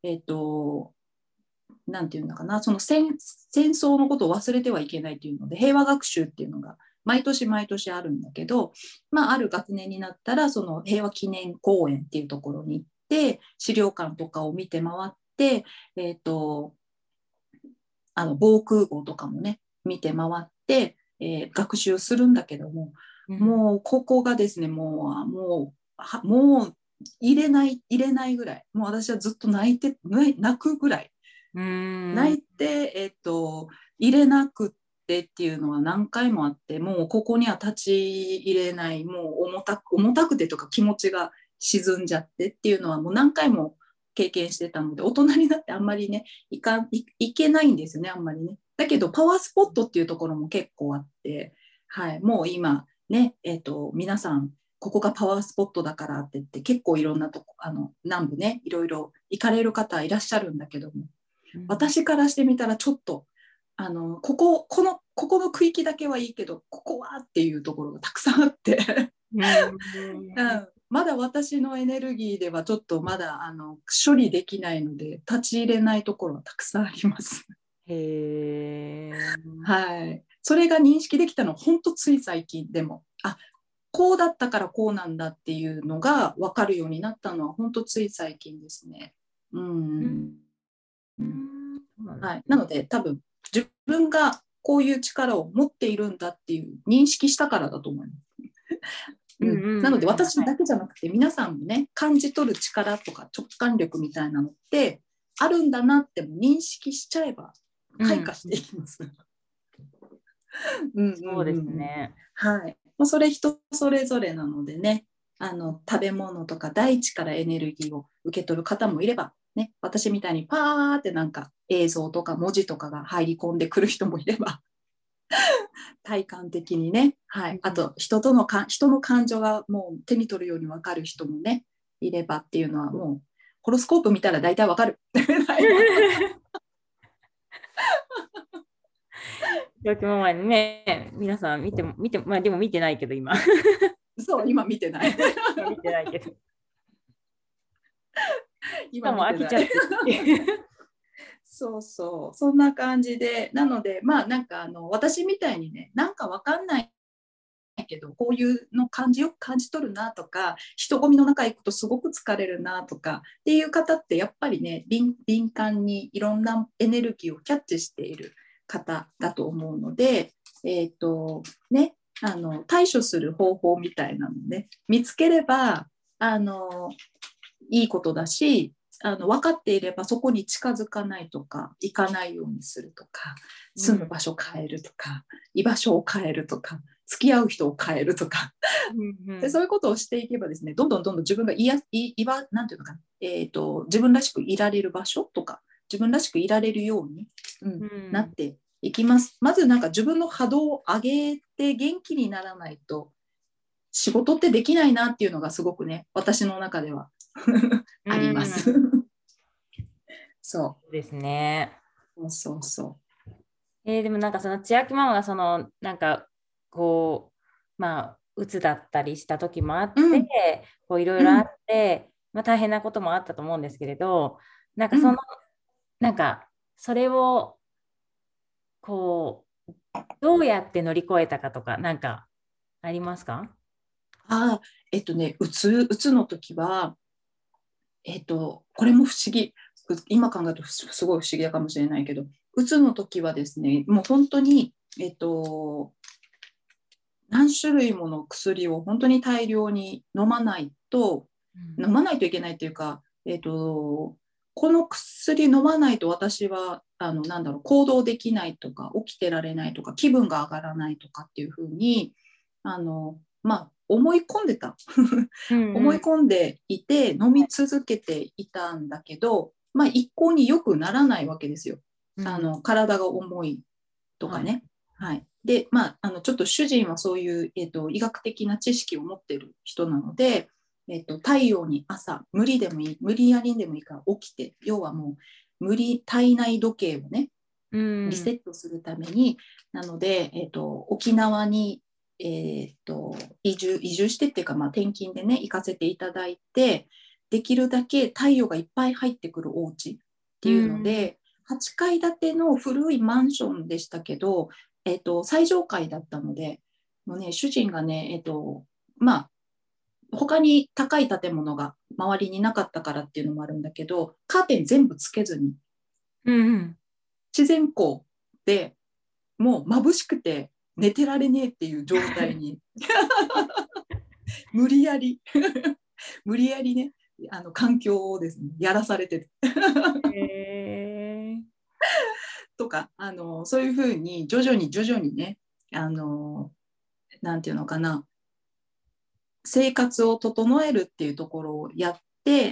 なんていうのかな、その戦争のことを忘れてはいけないというので、平和学習っていうのが毎年毎年あるんだけど、ある学年になったら、その平和記念公園っていうところに行って、資料館とかを見て回って、防空壕とかもね、見て回って、学習するんだけども、もうここがですね、もう入れないぐらい、もう私はずっと泣くぐらい、泣いて、入れなくってっていうのは何回もあって、もうここには立ち入れない、もう重たくてとか気持ちが沈んじゃってっていうのはもう何回も経験してたので、大人になってあんまりね、行けないんですよね、あんまりね。だけどパワースポットっていうところも結構あって、はい、もう今ね、皆さんここがパワースポットだからって言って結構いろんなとこ南部ね、いろいろ行かれる方いらっしゃるんだけども、私からしてみたらちょっとここの区域だけはいいけど、ここはっていうところがたくさんあってまだ私のエネルギーではちょっとまだ処理できないので、立ち入れないところはたくさんありますはい。それが認識できたのは本当つい最近でも、こうだったからこうなんだっていうのが分かるようになったのは本当つい最近ですね。はい、なので多分自分がこういう力を持っているんだっていう認識したからだと思います。なので私だけじゃなくて皆さんもね、感じ取る力とか直感力みたいなのってあるんだなっても認識しちゃえば開花していきます。 そうですね。 はい。もうそれ人それぞれなのでね、食べ物とか大地からエネルギーを受け取る方もいれば、ね、私みたいにパーってなんか映像とか文字とかが入り込んでくる人もいれば体感的にね、はい、あと人の感情がもう手に取るように分かる人もねいればっていうのは、もうホロスコープ見たら大体分かる今日ね、皆さん見て、でも見てないけど今そう、今見てない見てないけど今も飽きちゃってそうそんな感じで、なのでなんか私みたいにね、なんか分かんないけどこういうのよく感じ取るなとか、人混みの中行くとすごく疲れるなとかっていう方ってやっぱりね、敏感にいろんなエネルギーをキャッチしている方だと思うので、ね、対処する方法みたいなのね、見つければいいことだし、分かっていればそこに近づかないとか、行かないようにするとか、住む場所を変えるとか、居場所を変えるとか、付き合う人を変えるとかで、そういうことをしていけばですね、どんどん自分がなんていうのかな、自分らしくいられる場所とか、自分らしくいられるように、なっていきます。まずなんか自分の波動を上げて元気にならないと仕事ってできないなっていうのがすごくね、私の中ではあります。 そうですね。 そうそうそう。 でもなんかその千秋ママがそのなんかこうまあ鬱だったりした時もあって、こういろいろあって、まあ、大変なこともあったと思うんですけれど、なんかその、なんかそれをこうどうやって乗り越えたかとかなんかありますか？ うつの時は、これも不思議。今考えるとすごい不思議かもしれないけど、うつの時はですね、もう本当に、何種類もの薬を本当に大量に飲まないといけないというか、この薬飲まないと私は行動できないとか起きてられないとか気分が上がらないとかっていうふうに思い込んでた思い込んでいて飲み続けていたんだけど、一向に良くならないわけですよ。体が重いとかね。はいでちょっと主人はそういう、医学的な知識を持っている人なので、太陽に朝無理でもいい、無理やりでもいいから起きて、要はもう体内時計をねリセットするために、なので、沖縄に、移住してっていうか、転勤でね行かせていただいて、できるだけ太陽がいっぱい入ってくるお家っていうので、8階建ての古いマンションでしたけど、最上階だったので、もうね、主人がね、他に高い建物が周りになかったからっていうのもあるんだけど、カーテン全部つけずに、自然光でもう眩しくて寝てられねえっていう状態に無理やりね、環境をですね、やらされてとか、そういうふうに徐々にね、なんていうのかな、生活を整えるっていうところをやって、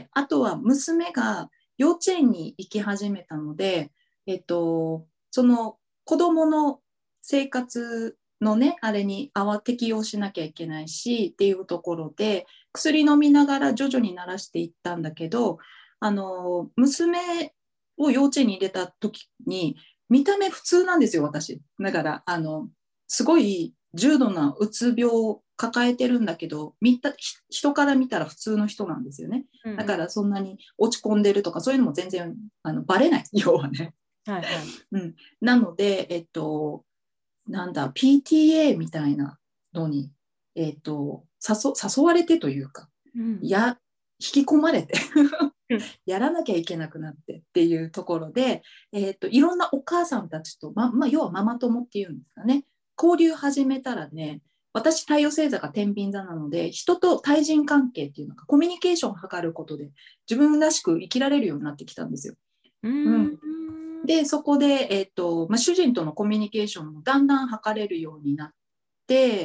あとは娘が幼稚園に行き始めたので、その子供の生活のね、あれに適用しなきゃいけないしっていうところで、薬飲みながら徐々に慣らしていったんだけど、娘を幼稚園に入れた時に、見た目普通なんですよ、私。だから、すごい重度なうつ病を抱えてるんだけど、人から見たら普通の人なんですよね。だからそんなに落ち込んでるとかそういうのも全然バレない、要はね。なので、PTA みたいなのに、誘われてというか、引き込まれてやらなきゃいけなくなってっていうところで、いろんなお母さんたちと、要はママ友っていうんですかね、交流始めたらね、私太陽星座が天秤座なので、人と対人関係っていうのがコミュニケーションを図ることで自分らしく生きられるようになってきたんですよ。でそこで、主人とのコミュニケーションもだんだん図れるようになって、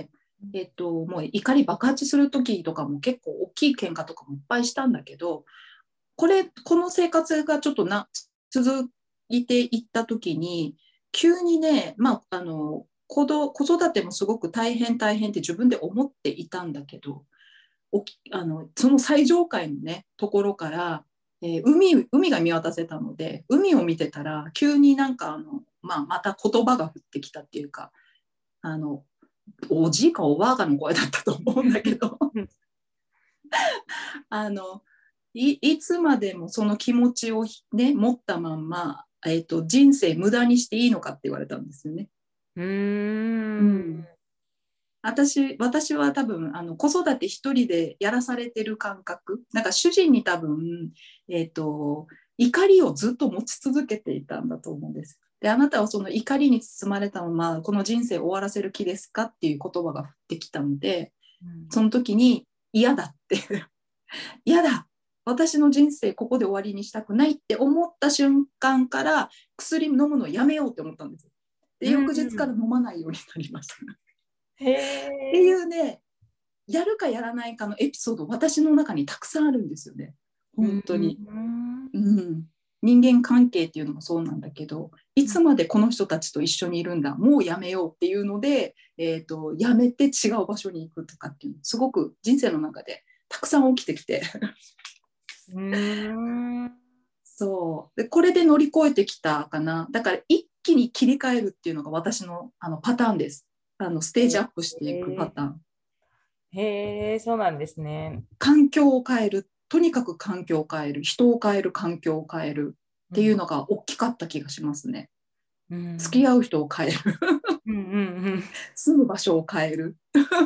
もう怒り爆発する時とかも結構大きい喧嘩とかもいっぱいしたんだけど、この生活がちょっと続いていった時に急にね、子育てもすごく大変って自分で思っていたんだけど、その最上階のねところから、海が見渡せたので、海を見てたら急になんかまた言葉が降ってきたっていうか、おじいかおばあかの声だったと思うんだけどいつまでもその気持ちを、ね、持ったまんま、人生無駄にしていいのかって言われたんですよね。私は多分子育て一人でやらされてる感覚、なんか主人に多分、怒りをずっと持ち続けていたんだと思うんです。で、あなたはその怒りに包まれたままこの人生を終わらせる気ですかっていう言葉が降ってきたので、その時に嫌だって嫌だ、私の人生ここで終わりにしたくないって思った瞬間から薬飲むのをやめようって思ったんです。で、翌日から飲まないようになりました。っていうね、やるかやらないかのエピソード、私の中にたくさんあるんですよね、本当に。 人間関係っていうのもそうなんだけど、いつまでこの人たちと一緒にいるんだ、もうやめようっていうので、やめて違う場所に行くとかっていうのすごく人生の中でたくさん起きてきてそうでこれで乗り越えてきたかな。だから一気に切り替えるっていうのが私の、パターンです。ステージアップしていくパターン。 へえ、そうなんですね。 環境を変える、とにかく環境を変える、人を変える、環境を変えるっていうのが大きかった気がしますね。付き合う人を変える住む場所を変える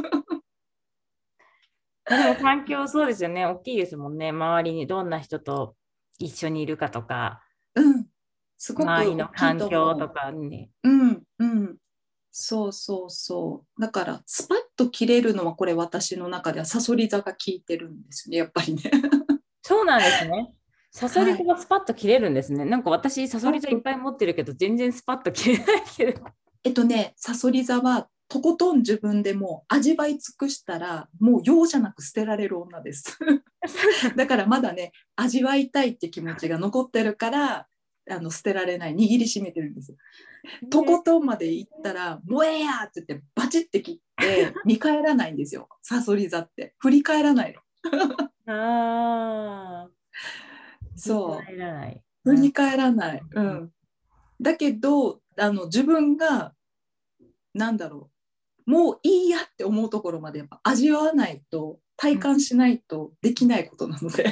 でも環境そうですよね。大きいですもんね。周りにどんな人と一緒にいるかとか、 すごく周りの大きいと思う。 環境とかね。 そうそうそう。だからスパッと切れるのはこれ私の中ではさそり座が効いてるんですよね、やっぱりね。 そうなんですね。サソリ座がスパッと切れるんですね。なんか私、サソリ座いっぱい持ってるけど、全然スパッと切れないけど。 さそり座はとことん自分でもう味わい尽くしたらもう容赦なく捨てられる女ですだからまだね味わいたいって気持ちが残ってるから捨てられない、握りしめてるんです。とことんまで行ったら「もうええや!」って言ってバチって切って見返らないんですよ。さそり座って振り返らないのああ。 そう振り返らない。 振り返らない、だけど自分がなんだろう、もういいやって思うところまでやっぱ味わわないと、体感しないとできないことなので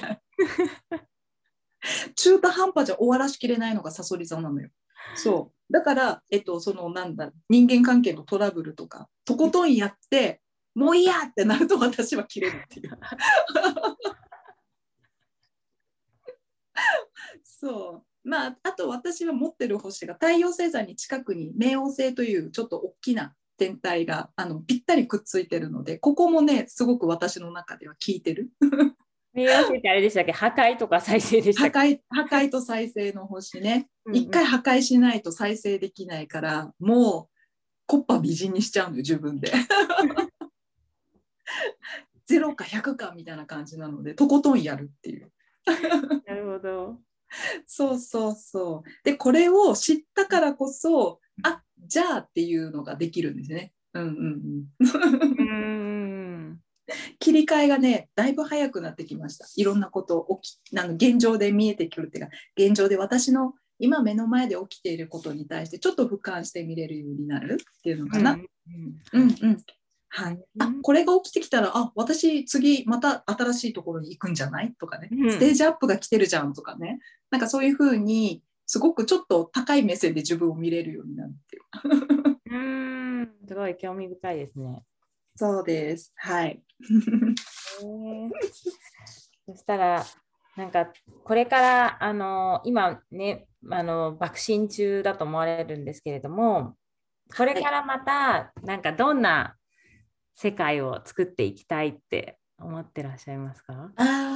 中途半端じゃ終わらしきれないのがさそり座なのよ。そうだから、その人間関係のトラブルとかとことんやってもういいやってなると私は切れるっていうそうまあ、あと私は持ってる星が太陽星座に近くに冥王星というちょっと大きな天体がぴったりくっついてるので、ここもねすごく私の中では効いてる冥王星ってあれでしたっけ？破壊とか再生でしたっけ？ 破壊と再生の星ね。一回破壊しないと再生できないから、もうコッパ美人にしちゃうのよ自分で0か100かみたいな感じなのでとことんやるっていうなるほど。 そうそうそう。でこれを知ったからこそじゃあっていうのができるんですね。切り替えがねだいぶ早くなってきました。いろんなことを現状で見えてくるっていうか、現状で私の今目の前で起きていることに対してちょっと俯瞰して見れるようになるっていうのかな。はい、これが起きてきたら私次また新しいところに行くんじゃないとかね、ステージアップが来てるじゃんとかね、なんかそういうふうにすごくちょっと高い目線で自分を見れるようになるっていうすごい興味深いですね。 そうです。はい。 そしたらなんかこれから今ね爆心中だと思われるんですけれども、これからまたなんかどんな世界を作っていきたいって思ってらっしゃいますか？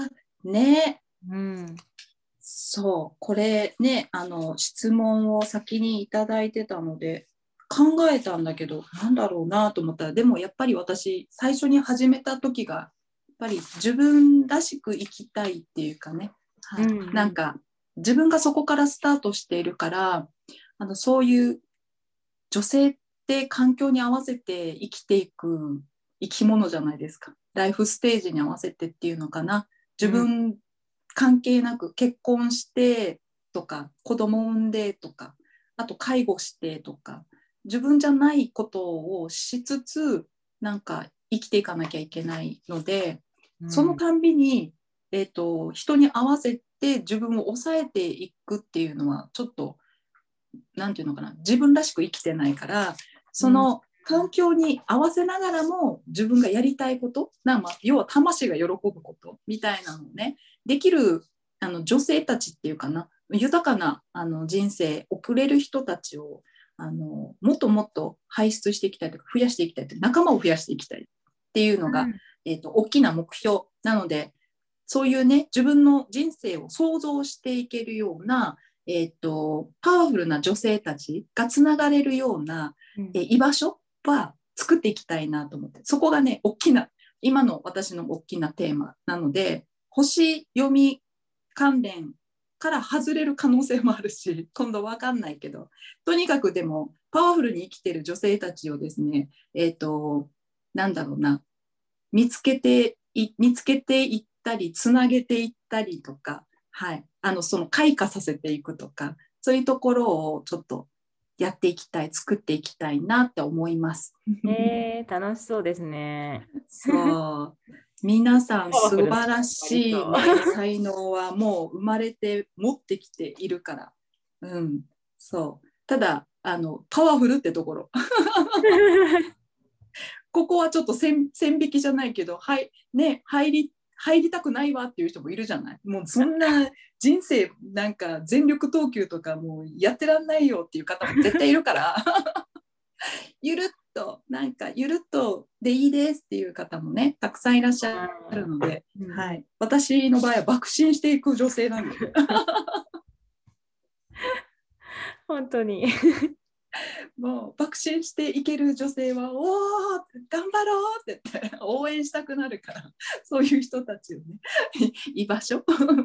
そうこれね質問を先にいただいてたので考えたんだけどなんだろうなと思ったら、でもやっぱり私最初に始めた時がやっぱり自分らしく生きたいっていうかね、なんか自分がそこからスタートしているからそういう女性って環境に合わせて生きていく生き物じゃないですか。ライフステージに合わせてっていうのかな。自分関係なく結婚してとか子供産んでとかあと介護してとか自分じゃないことをしつつなんか生きていかなきゃいけないので、そのたんびに、人に合わせて自分を抑えていくっていうのはちょっとなんていうのかな、自分らしく生きてないから、その環境に合わせながらも自分がやりたいこと要は魂が喜ぶことみたいなのをねできる女性たちっていうかな、豊かな人生送れる人たちをもっともっと輩出していきたいとか増やしていきたいとか仲間を増やしていきたいっていうのが、大きな目標なので、そういうね自分の人生を想像していけるようなパワフルな女性たちがつながれるような、居場所は作っていきたいなと思って、そこがね大きな今の私の大きなテーマなので、星読み関連から外れる可能性もあるし、今度分かんないけど、とにかくでもパワフルに生きてる女性たちをですね、なんだろうな、見つけていったり、つなげていったりとか、はい、その開花させていくとか、そういうところをちょっとやっていきたい、作っていきたいなって思います。 楽しそうですね。 そう。皆さん素晴らしい、ね、才能はもう生まれて持ってきているから。うん。そう。ただ、パワフルってところ。ここはちょっと線引きじゃないけど、はいね、入りたくないわっていう人もいるじゃない。もうそんな人生なんか全力投球とかもうやってらんないよっていう方も絶対いるからゆるっとでいいですっていう方もねたくさんいらっしゃるので、はい、私の場合は爆心していく女性なんで本当にもう爆心していける女性はおー頑張ろうって言って応援したくなるから、そういう人たちをね居場所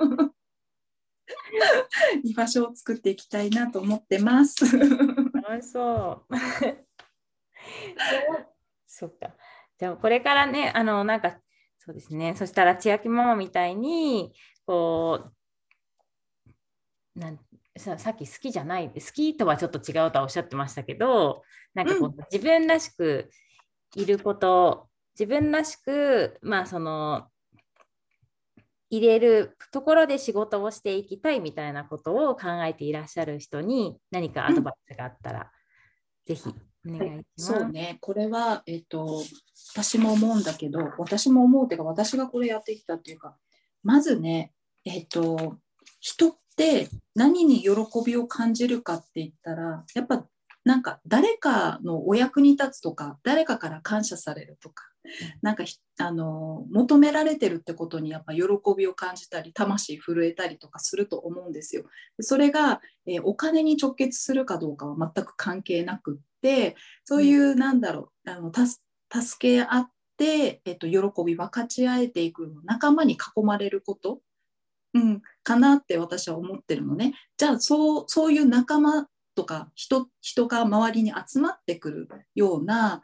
を作っていきたいなと思ってます。 楽しそうそっか。じゃあこれからね、なんかそうですね。そしたら千秋ママみたいにこうさっき好きじゃない、好きとはちょっと違うとはおっしゃってましたけど、なんかこう、自分らしくいること、自分らしくその入れるところで仕事をしていきたいみたいなことを考えていらっしゃる人に何かアドバイスがあったら、ぜひお願いします。 そうね、これは、私も思うんだけど、私も思うっていうか、私がこれやってきたっていうか、まずね、人って何に喜びを感じるかって言ったら、やっぱなんか誰かのお役に立つとか、誰かから感謝されるとか、なんか求められてるってことにやっぱ喜びを感じたり、魂震えたりとかすると思うんですよ。それが、お金に直結するかどうかは全く関係なくって、そういうなんだろう、助け合って、喜び分かち合えていく仲間に囲まれること、かなって私は思ってるのね。じゃあそういう仲間とか人が周りに集まってくるような、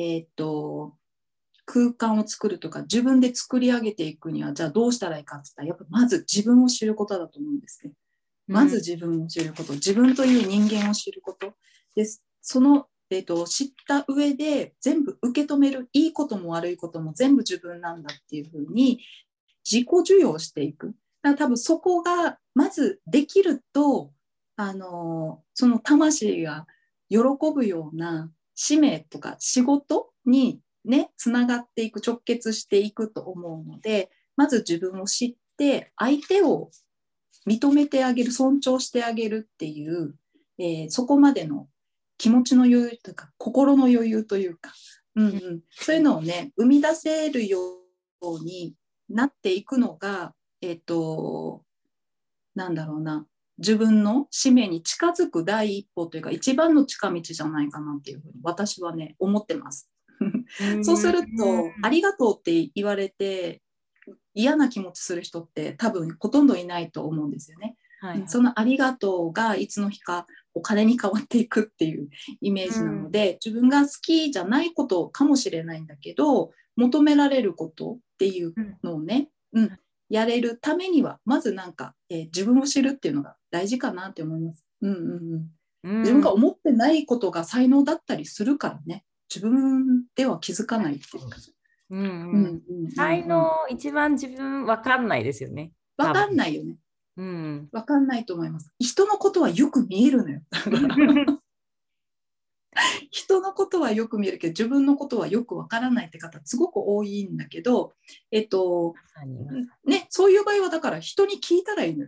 空間を作るとか自分で作り上げていくにはじゃあどうしたらいいかって言ったらやっぱまず自分を知ることだと思うんですね。まず自分を知ること、自分という人間を知ることです。その知った上で全部受け止める、いいことも悪いことも全部自分なんだっていうふうに自己受容していく。だから多分そこがまずできると、その魂が喜ぶような使命とか仕事にね、つながっていく、直結していくと思うので、まず自分を知って相手を認めてあげる、尊重してあげるっていう、そこまでの気持ちの余裕というか心の余裕というか、そういうのをね生み出せるようになっていくのが、なんだろうな、自分の使命に近づく第一歩というか一番の近道じゃないかなっていうふうに私はね思ってますそうするとありがとうって言われて嫌な気持ちする人って多分ほとんどいないと思うんですよね、そのありがとうがいつの日かお金に変わっていくっていうイメージなので、自分が好きじゃないことかもしれないんだけど求められることっていうのをね、やれるためにはまずなんか、自分を知るっていうのが大事かなって思います。自分が思ってないことが才能だったりするからね、自分では気づかないっていうか。 才能一番自分分かんないですよね。 分かんないよね。分かんないと思います。人のことはよく見えるのよ。人のことはよく見えるけど自分のことはよくわからないって方すごく多いんだけど、そういう場合はだから人に聞いたらいいのよ。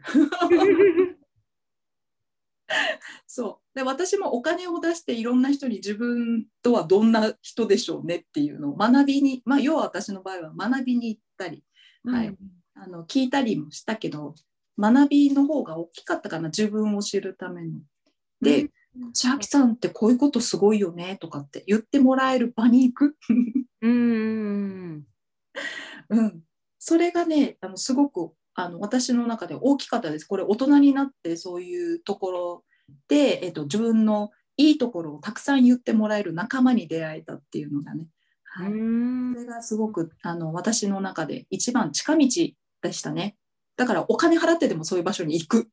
そうで私もお金を出していろんな人に自分とはどんな人でしょうねっていうのを学びに、要は私の場合は学びに行ったり、聞いたりもしたけど学びの方が大きかったかな、自分を知るための。で、千秋さんってこういうことすごいよねとかって言ってもらえる場に行く。それがねすごく私の中で大きかったです。これ大人になってそういうところで、自分のいいところをたくさん言ってもらえる仲間に出会えたっていうのがね、はい、それがすごく私の中で一番近道でしたね。だからお金払ってでもそういう場所に行く。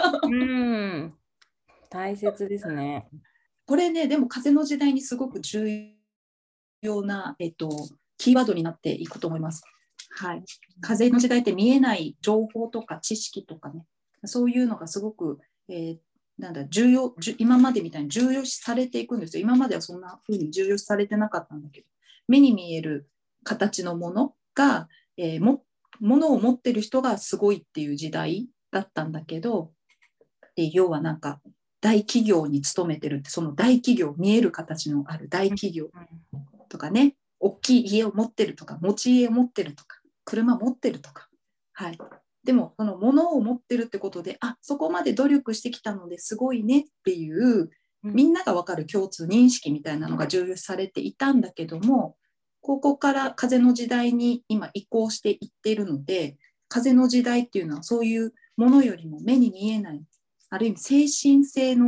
大切ですね。 これね、でも風の時代にすごく重要な、キーワードになっていくと思います。はい、風の時代って見えない情報とか知識とかね、そういうのがすごく、今までみたいに重要視されていくんですよ。今まではそんな風に重要視されてなかったんだけど、目に見える形のものが、ものを持ってる人がすごいっていう時代だったんだけど、要はなんか大企業に勤めてるって、その大企業、見える形のある大企業とかね、大きい家を持ってるとか、持ち家を持ってるとか、車持ってるとか、はい、でもその物を持ってるってことで、そこまで努力してきたのですごいねっていうみんなが分かる共通認識みたいなのが重要視されていたんだけども、ここから風の時代に今移行していっているので、風の時代っていうのはそういうものよりも目に見えない、ある意味精神性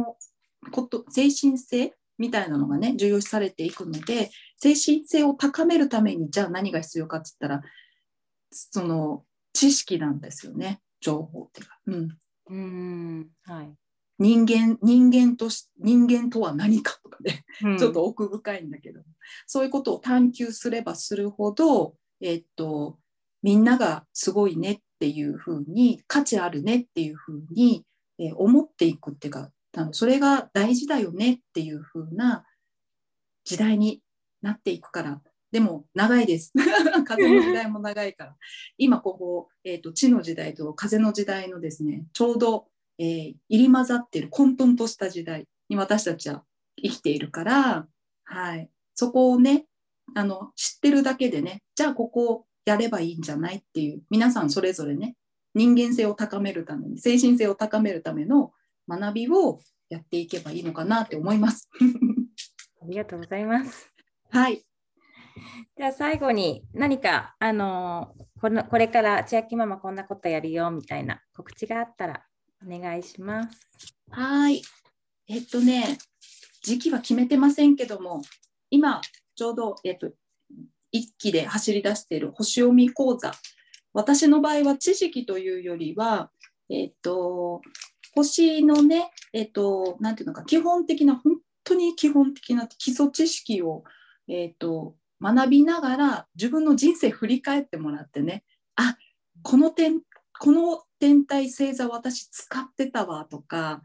みたいなのがね重要視されていくので、精神性を高めるためにじゃあ何が必要かって言ったら、その知識なんですよね、情報っていうか、 はい、 人間とは何かとかね、ちょっと奥深いんだけど、そういうことを探求すればするほど、みんながすごいねっていうふうに、価値あるねっていうふうに、思っていくっていうか、それが大事だよねっていうふうな時代になっていくから。でも長いです風の時代も長いから今ここ、地の時代と風の時代のですね、ちょうど、入り混ざっている混沌とした時代に私たちは生きているから、はい、そこをね知ってるだけでね、じゃあここをやればいいんじゃないっていう、皆さんそれぞれね、人間性を高めるために、精神性を高めるための学びをやっていけばいいのかなって思いますありがとうございます。 はい。 じゃあ最後に何かこれから千秋ママこんなことやるよみたいな告知があったらお願いします。 はい。時期は決めてませんけども、今ちょうど、一期で走り出している星読み講座。私の場合は知識というよりは、星のね、なんていうのか、本当に基本的な基礎知識を、学びながら自分の人生振り返ってもらってね、この天体星座私使ってたわとか、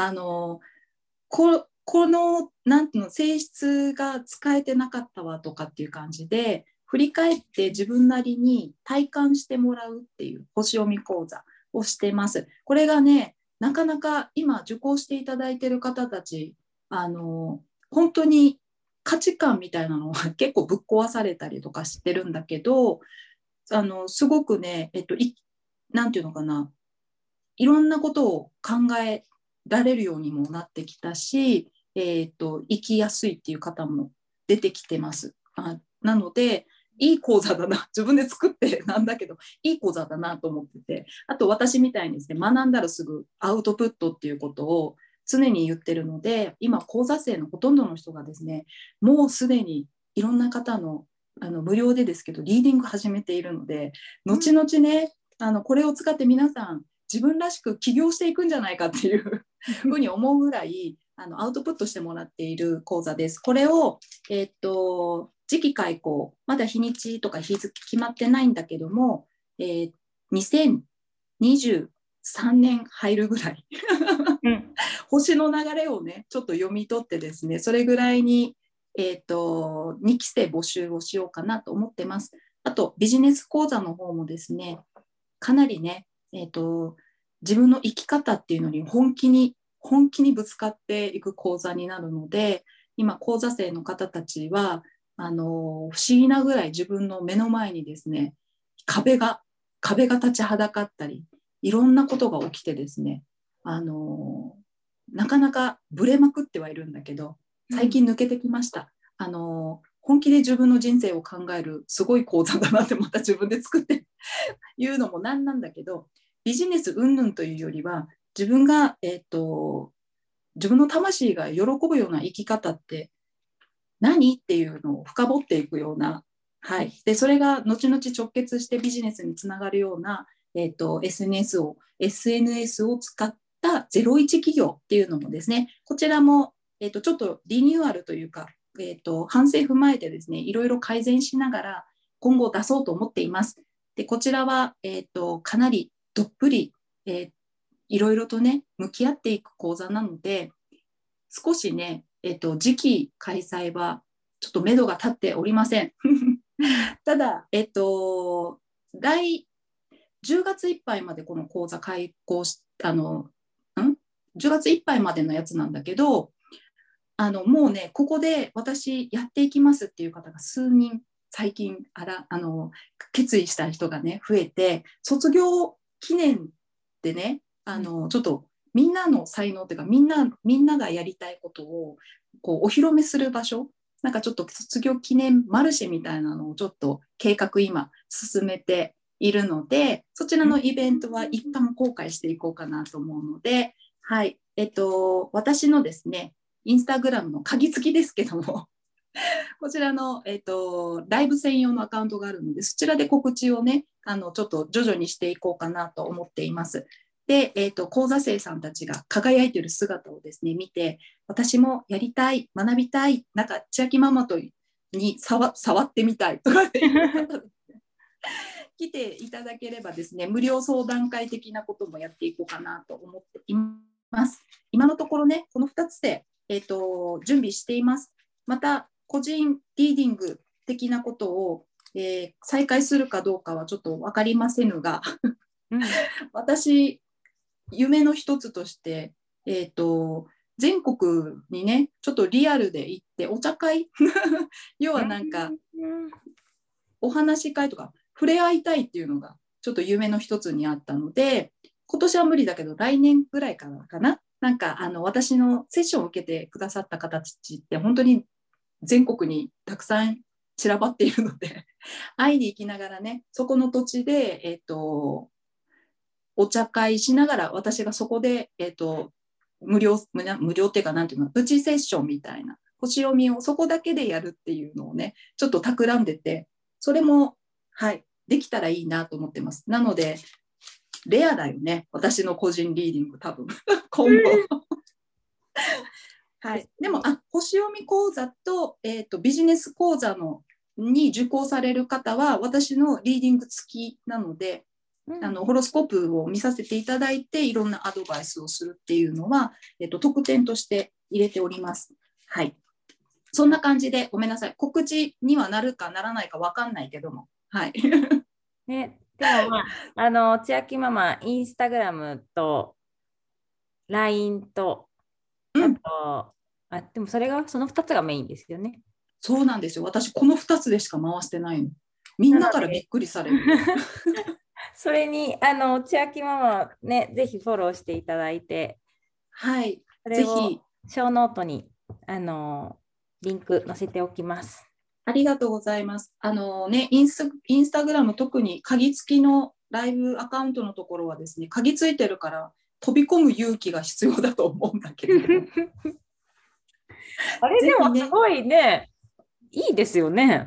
このなんていうの性質が使えてなかったわとかっていう感じで振り返って自分なりに体感してもらうっていう星読み講座をしてます。これがね、なかなか今受講していただいている方たち、本当に価値観みたいなのは結構ぶっ壊されたりとかしてるんだけど、すごくね、なんていうのかな、いろんなことを考えられるようにもなってきたし、生きやすいっていう方も出てきてます。なのでいい講座だな、自分で作ってなんだけどいい講座だなと思ってて、あと私みたいにですね、学んだらすぐアウトプットっていうことを常に言ってるので、今講座生のほとんどの人がですね、もうすでにいろんな方の無料でですけどリーディング始めているので、後々ね、これを使って皆さん自分らしく起業していくんじゃないかっていうふうに思うぐらいアウトプットしてもらっている講座です。これを、次期開講、まだ日にちとか日付決まってないんだけども、2023年入るぐらい星の流れをねちょっと読み取ってですね、それぐらいに、2期生募集をしようかなと思ってます。あとビジネス講座の方もですね、かなりね、自分の生き方っていうのに本気にぶつかっていく講座になるので、今講座生の方たちは不思議なぐらい自分の目の前にですね、壁が立ちはだかったり、いろんなことが起きてですね、なかなかブレまくってはいるんだけど、最近抜けてきました。 本気で自分の人生を考えるすごい講座だなってまた自分で作って言うのもなんなんだけど、ビジネス云々というよりは自分が、自分の魂が喜ぶような生き方って何っていうのを深掘っていくような、はい、でそれが後々直結してビジネスにつながるような、SNS を使った01企業っていうのもですね、こちらも、ちょっとリニューアルというか、反省踏まえてですね、いろいろ改善しながら今後出そうと思っています。でこちらは、かなりどっぷり、いろいろとね向き合っていく講座なので、少しね、次期開催はちょっと目処が立っておりませんただ、10月いっぱいまでこの講座開講し10月いっぱいまでのやつなんだけど、もうねここで私やっていきますっていう方が数人最近決意した人がね増えて、卒業記念でねちょっとみんなの才能っていうかみんながやりたいことをこうお披露目する場所、なんかちょっと卒業記念マルシェみたいなのをちょっと計画今進めているので、そちらのイベントは一般公開していこうかなと思うので、はい、私のですねインスタグラムの鍵付きですけどもこちらの、ライブ専用のアカウントがあるので、そちらで告知をねちょっと徐々にしていこうかなと思っています。で、講座生さんたちが輝いている姿をですね見て、私もやりたい、学びたい、なんか千秋ママに触ってみたいとかっていう方ですね来ていただければですね、無料相談会的なこともやっていこうかなと思っています。今のところねこの2つで、準備しています。また個人リーディング的なことを、再開するかどうかはちょっと分かりませぬが私夢の一つとして、全国にねちょっとリアルで行ってお茶会要はなんかお話し会とか触れ合いたいっていうのがちょっと夢の一つにあったので、今年は無理だけど来年ぐらいからかな、なんか私のセッションを受けてくださった方たちって本当に全国にたくさん散らばっているので会いに行きながらね、そこの土地で、お茶会しながら私がそこで、無料っていうかなんていうの、プチセッションみたいな星読みをそこだけでやるっていうのをねちょっと企んでて、それもはいできたらいいなと思ってます。なのでレアだよね私の個人リーディング多分今後はい、でも星読み講座と、ビジネス講座に受講される方は私のリーディング付きなので、ホロスコープを見させていただいていろんなアドバイスをするっていうのは、特典として入れております。はい、そんな感じでごめんなさい、告知にはなるかならないか分かんないけども、はいね、でも千秋ママインスタグラムと LINE とでもその2つがメインですよね。 そうなんですよ、私この2つでしか回してないの。みんなからびっくりされるそれに千秋ママねぜひフォローしていただいて、 はい、 それをショーノートにリンク載せておきます。 ありがとうございます。インスタグラム特に鍵付きのライブアカウントのところはですね、鍵ついてるから飛び込む勇気が必要だと思うんだけれどもあれでもすごいね、いいですよね。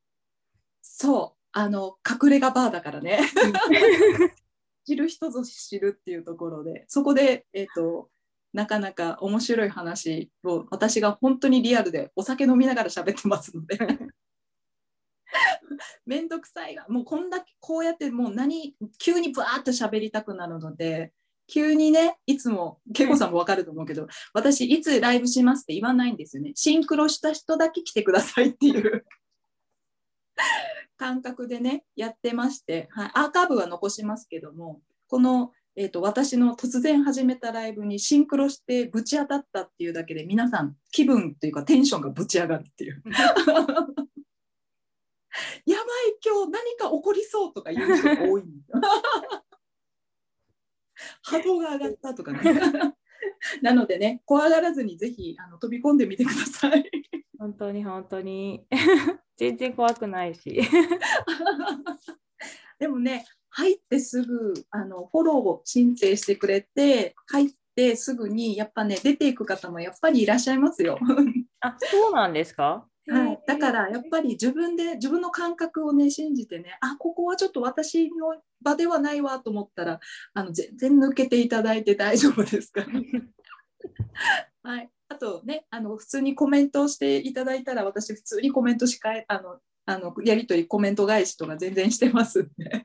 そう隠れ家バーだからね知る人ぞ知るっていうところで、そこでなかなか面白い話を私が本当にリアルでお酒飲みながら喋ってますのでめんどくさいがもうこうやってもう急にブワーッと喋りたくなるので、急にねいつも恵子さんも分かると思うけど、私いつライブしますって言わないんですよね。シンクロした人だけ来てくださいっていう感覚でねやってまして、はい、アーカイブは残しますけども、この私の突然始めたライブにシンクロしてぶち当たったっていうだけで皆さん気分というかテンションがぶち上がるっていうやばい今日何か起こりそうとか言う人が多いんですよ波動が上がったとかねなのでね怖がらずにぜひ飛び込んでみてください本当に本当に全然怖くないしでもね、入ってすぐフォローを申請してくれて、入ってすぐにやっぱね、出ていく方もやっぱりいらっしゃいますよ。 あ、そうなんですか？ はい、だからやっぱり自分の感覚をね信じてね、あ、ここはちょっと私の場ではないわと思ったら全然抜けていただいて大丈夫ですからはい、あとね普通にコメントをしていただいたら、私普通にコメントしかやり取りコメント返しとか全然してますんで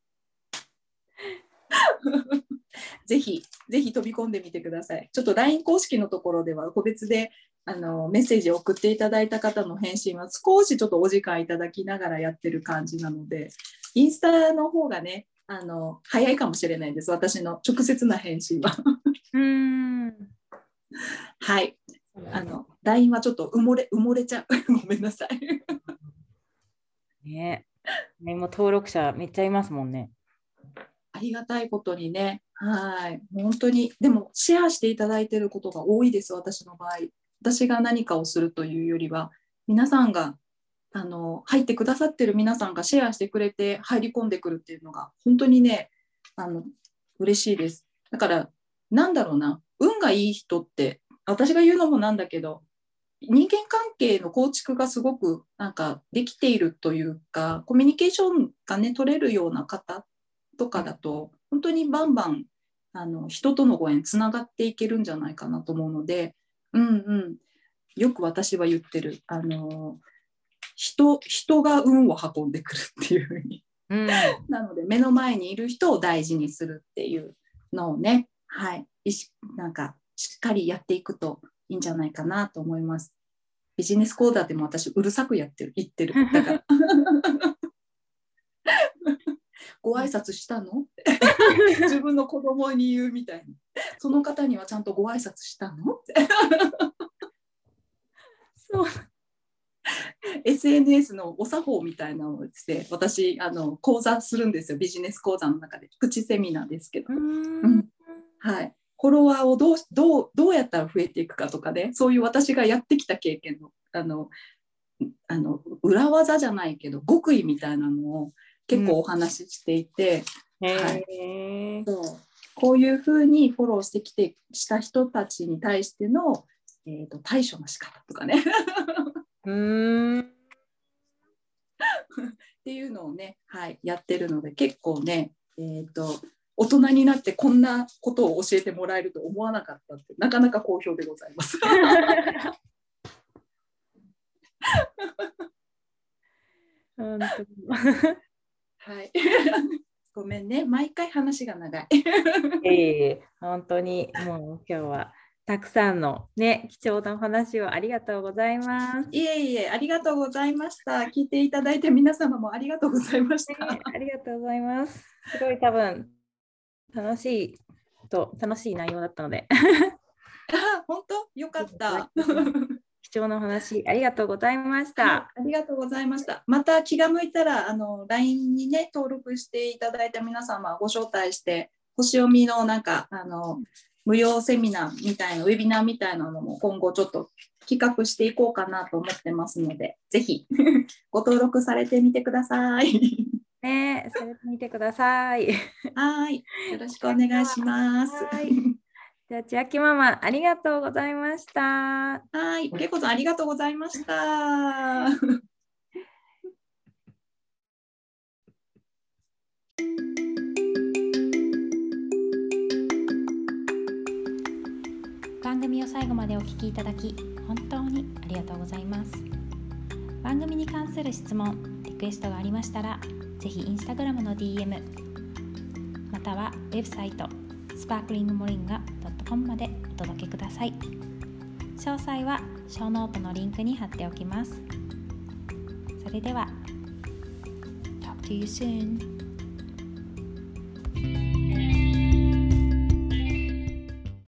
ぜひ飛び込んでみてください。ちょっと LINE 公式のところでは個別でメッセージを送っていただいた方の返信は少しちょっとお時間いただきながらやってる感じなので、インスタの方がね早いかもしれないです、私の直接な返信ははい、LINE はちょっと埋もれちゃうごめんなさいね。もう登録者めっちゃいますもんね。 ありがたいことにね、はい、本当に。でもシェアしていただいていることが多いです、私の場合。私が何かをするというよりは、皆さんが入ってくださってる皆さんがシェアしてくれて入り込んでくるっていうのが本当にね嬉しいです。だからなんだろうな、運がいい人って私が言うのもなんだけど、人間関係の構築がすごくなんかできているというか、コミュニケーションがね取れるような方とかだと本当にバンバン人とのご縁つながっていけるんじゃないかなと思うので、よく私は言ってる人が運を運んでくるっていうふうに、なので目の前にいる人を大事にするっていうのをね、はい、なんかしっかりやっていくといいんじゃないかなと思います。ビジネス講座でも私うるさく言ってるだからご挨拶したの自分の子供に言うみたいに、その方にはちゃんとご挨拶したのそう SNS のお作法みたいなのをですね、私講座するんですよ、ビジネス講座の中で。プチセミナーですけど、はい、フォロワーをどうやったら増えていくかとかね、そういう私がやってきた経験の裏技じゃないけど極意みたいなのを結構お話ししていて、そうこういうふうにフォローしてした人たちに対しての、対処の仕方とかねっていうのをね、はい、やってるので、結構ね、大人になってこんなことを教えてもらえると思わなかったって、なかなか好評でございます本当はいごめんね、毎回話が長い本当にもう今日はたくさんのね、貴重なお話をありがとうございます。 いえいえ、ありがとうございました。聞いていただいて皆様もありがとうございました。 ありがとうございます。すごい多分楽しい内容だったので本当よかった貴重なお話ありがとうございました。 ありがとうございました。また気が向いたらLINE にね登録していただいた皆様ご招待して、星読みのなんか無料セミナーみたいなウェビナーみたいなのも今後ちょっと企画していこうかなと思ってますので、ぜひご登録されてみてくださいね、されてみてくださいはい、よろしくお願いします。 じゃあ千秋ママありがとうございました。 はい、けいこさんありがとうございました番組を最後までお聞きいただき本当にありがとうございます。番組に関する質問・リクエストがありましたら、ぜひインスタグラムの DM またはウェブサイトsparklingmoringa.com までお届けください。詳細はショーノートのリンクに貼っておきます。それでは Talk to you soon.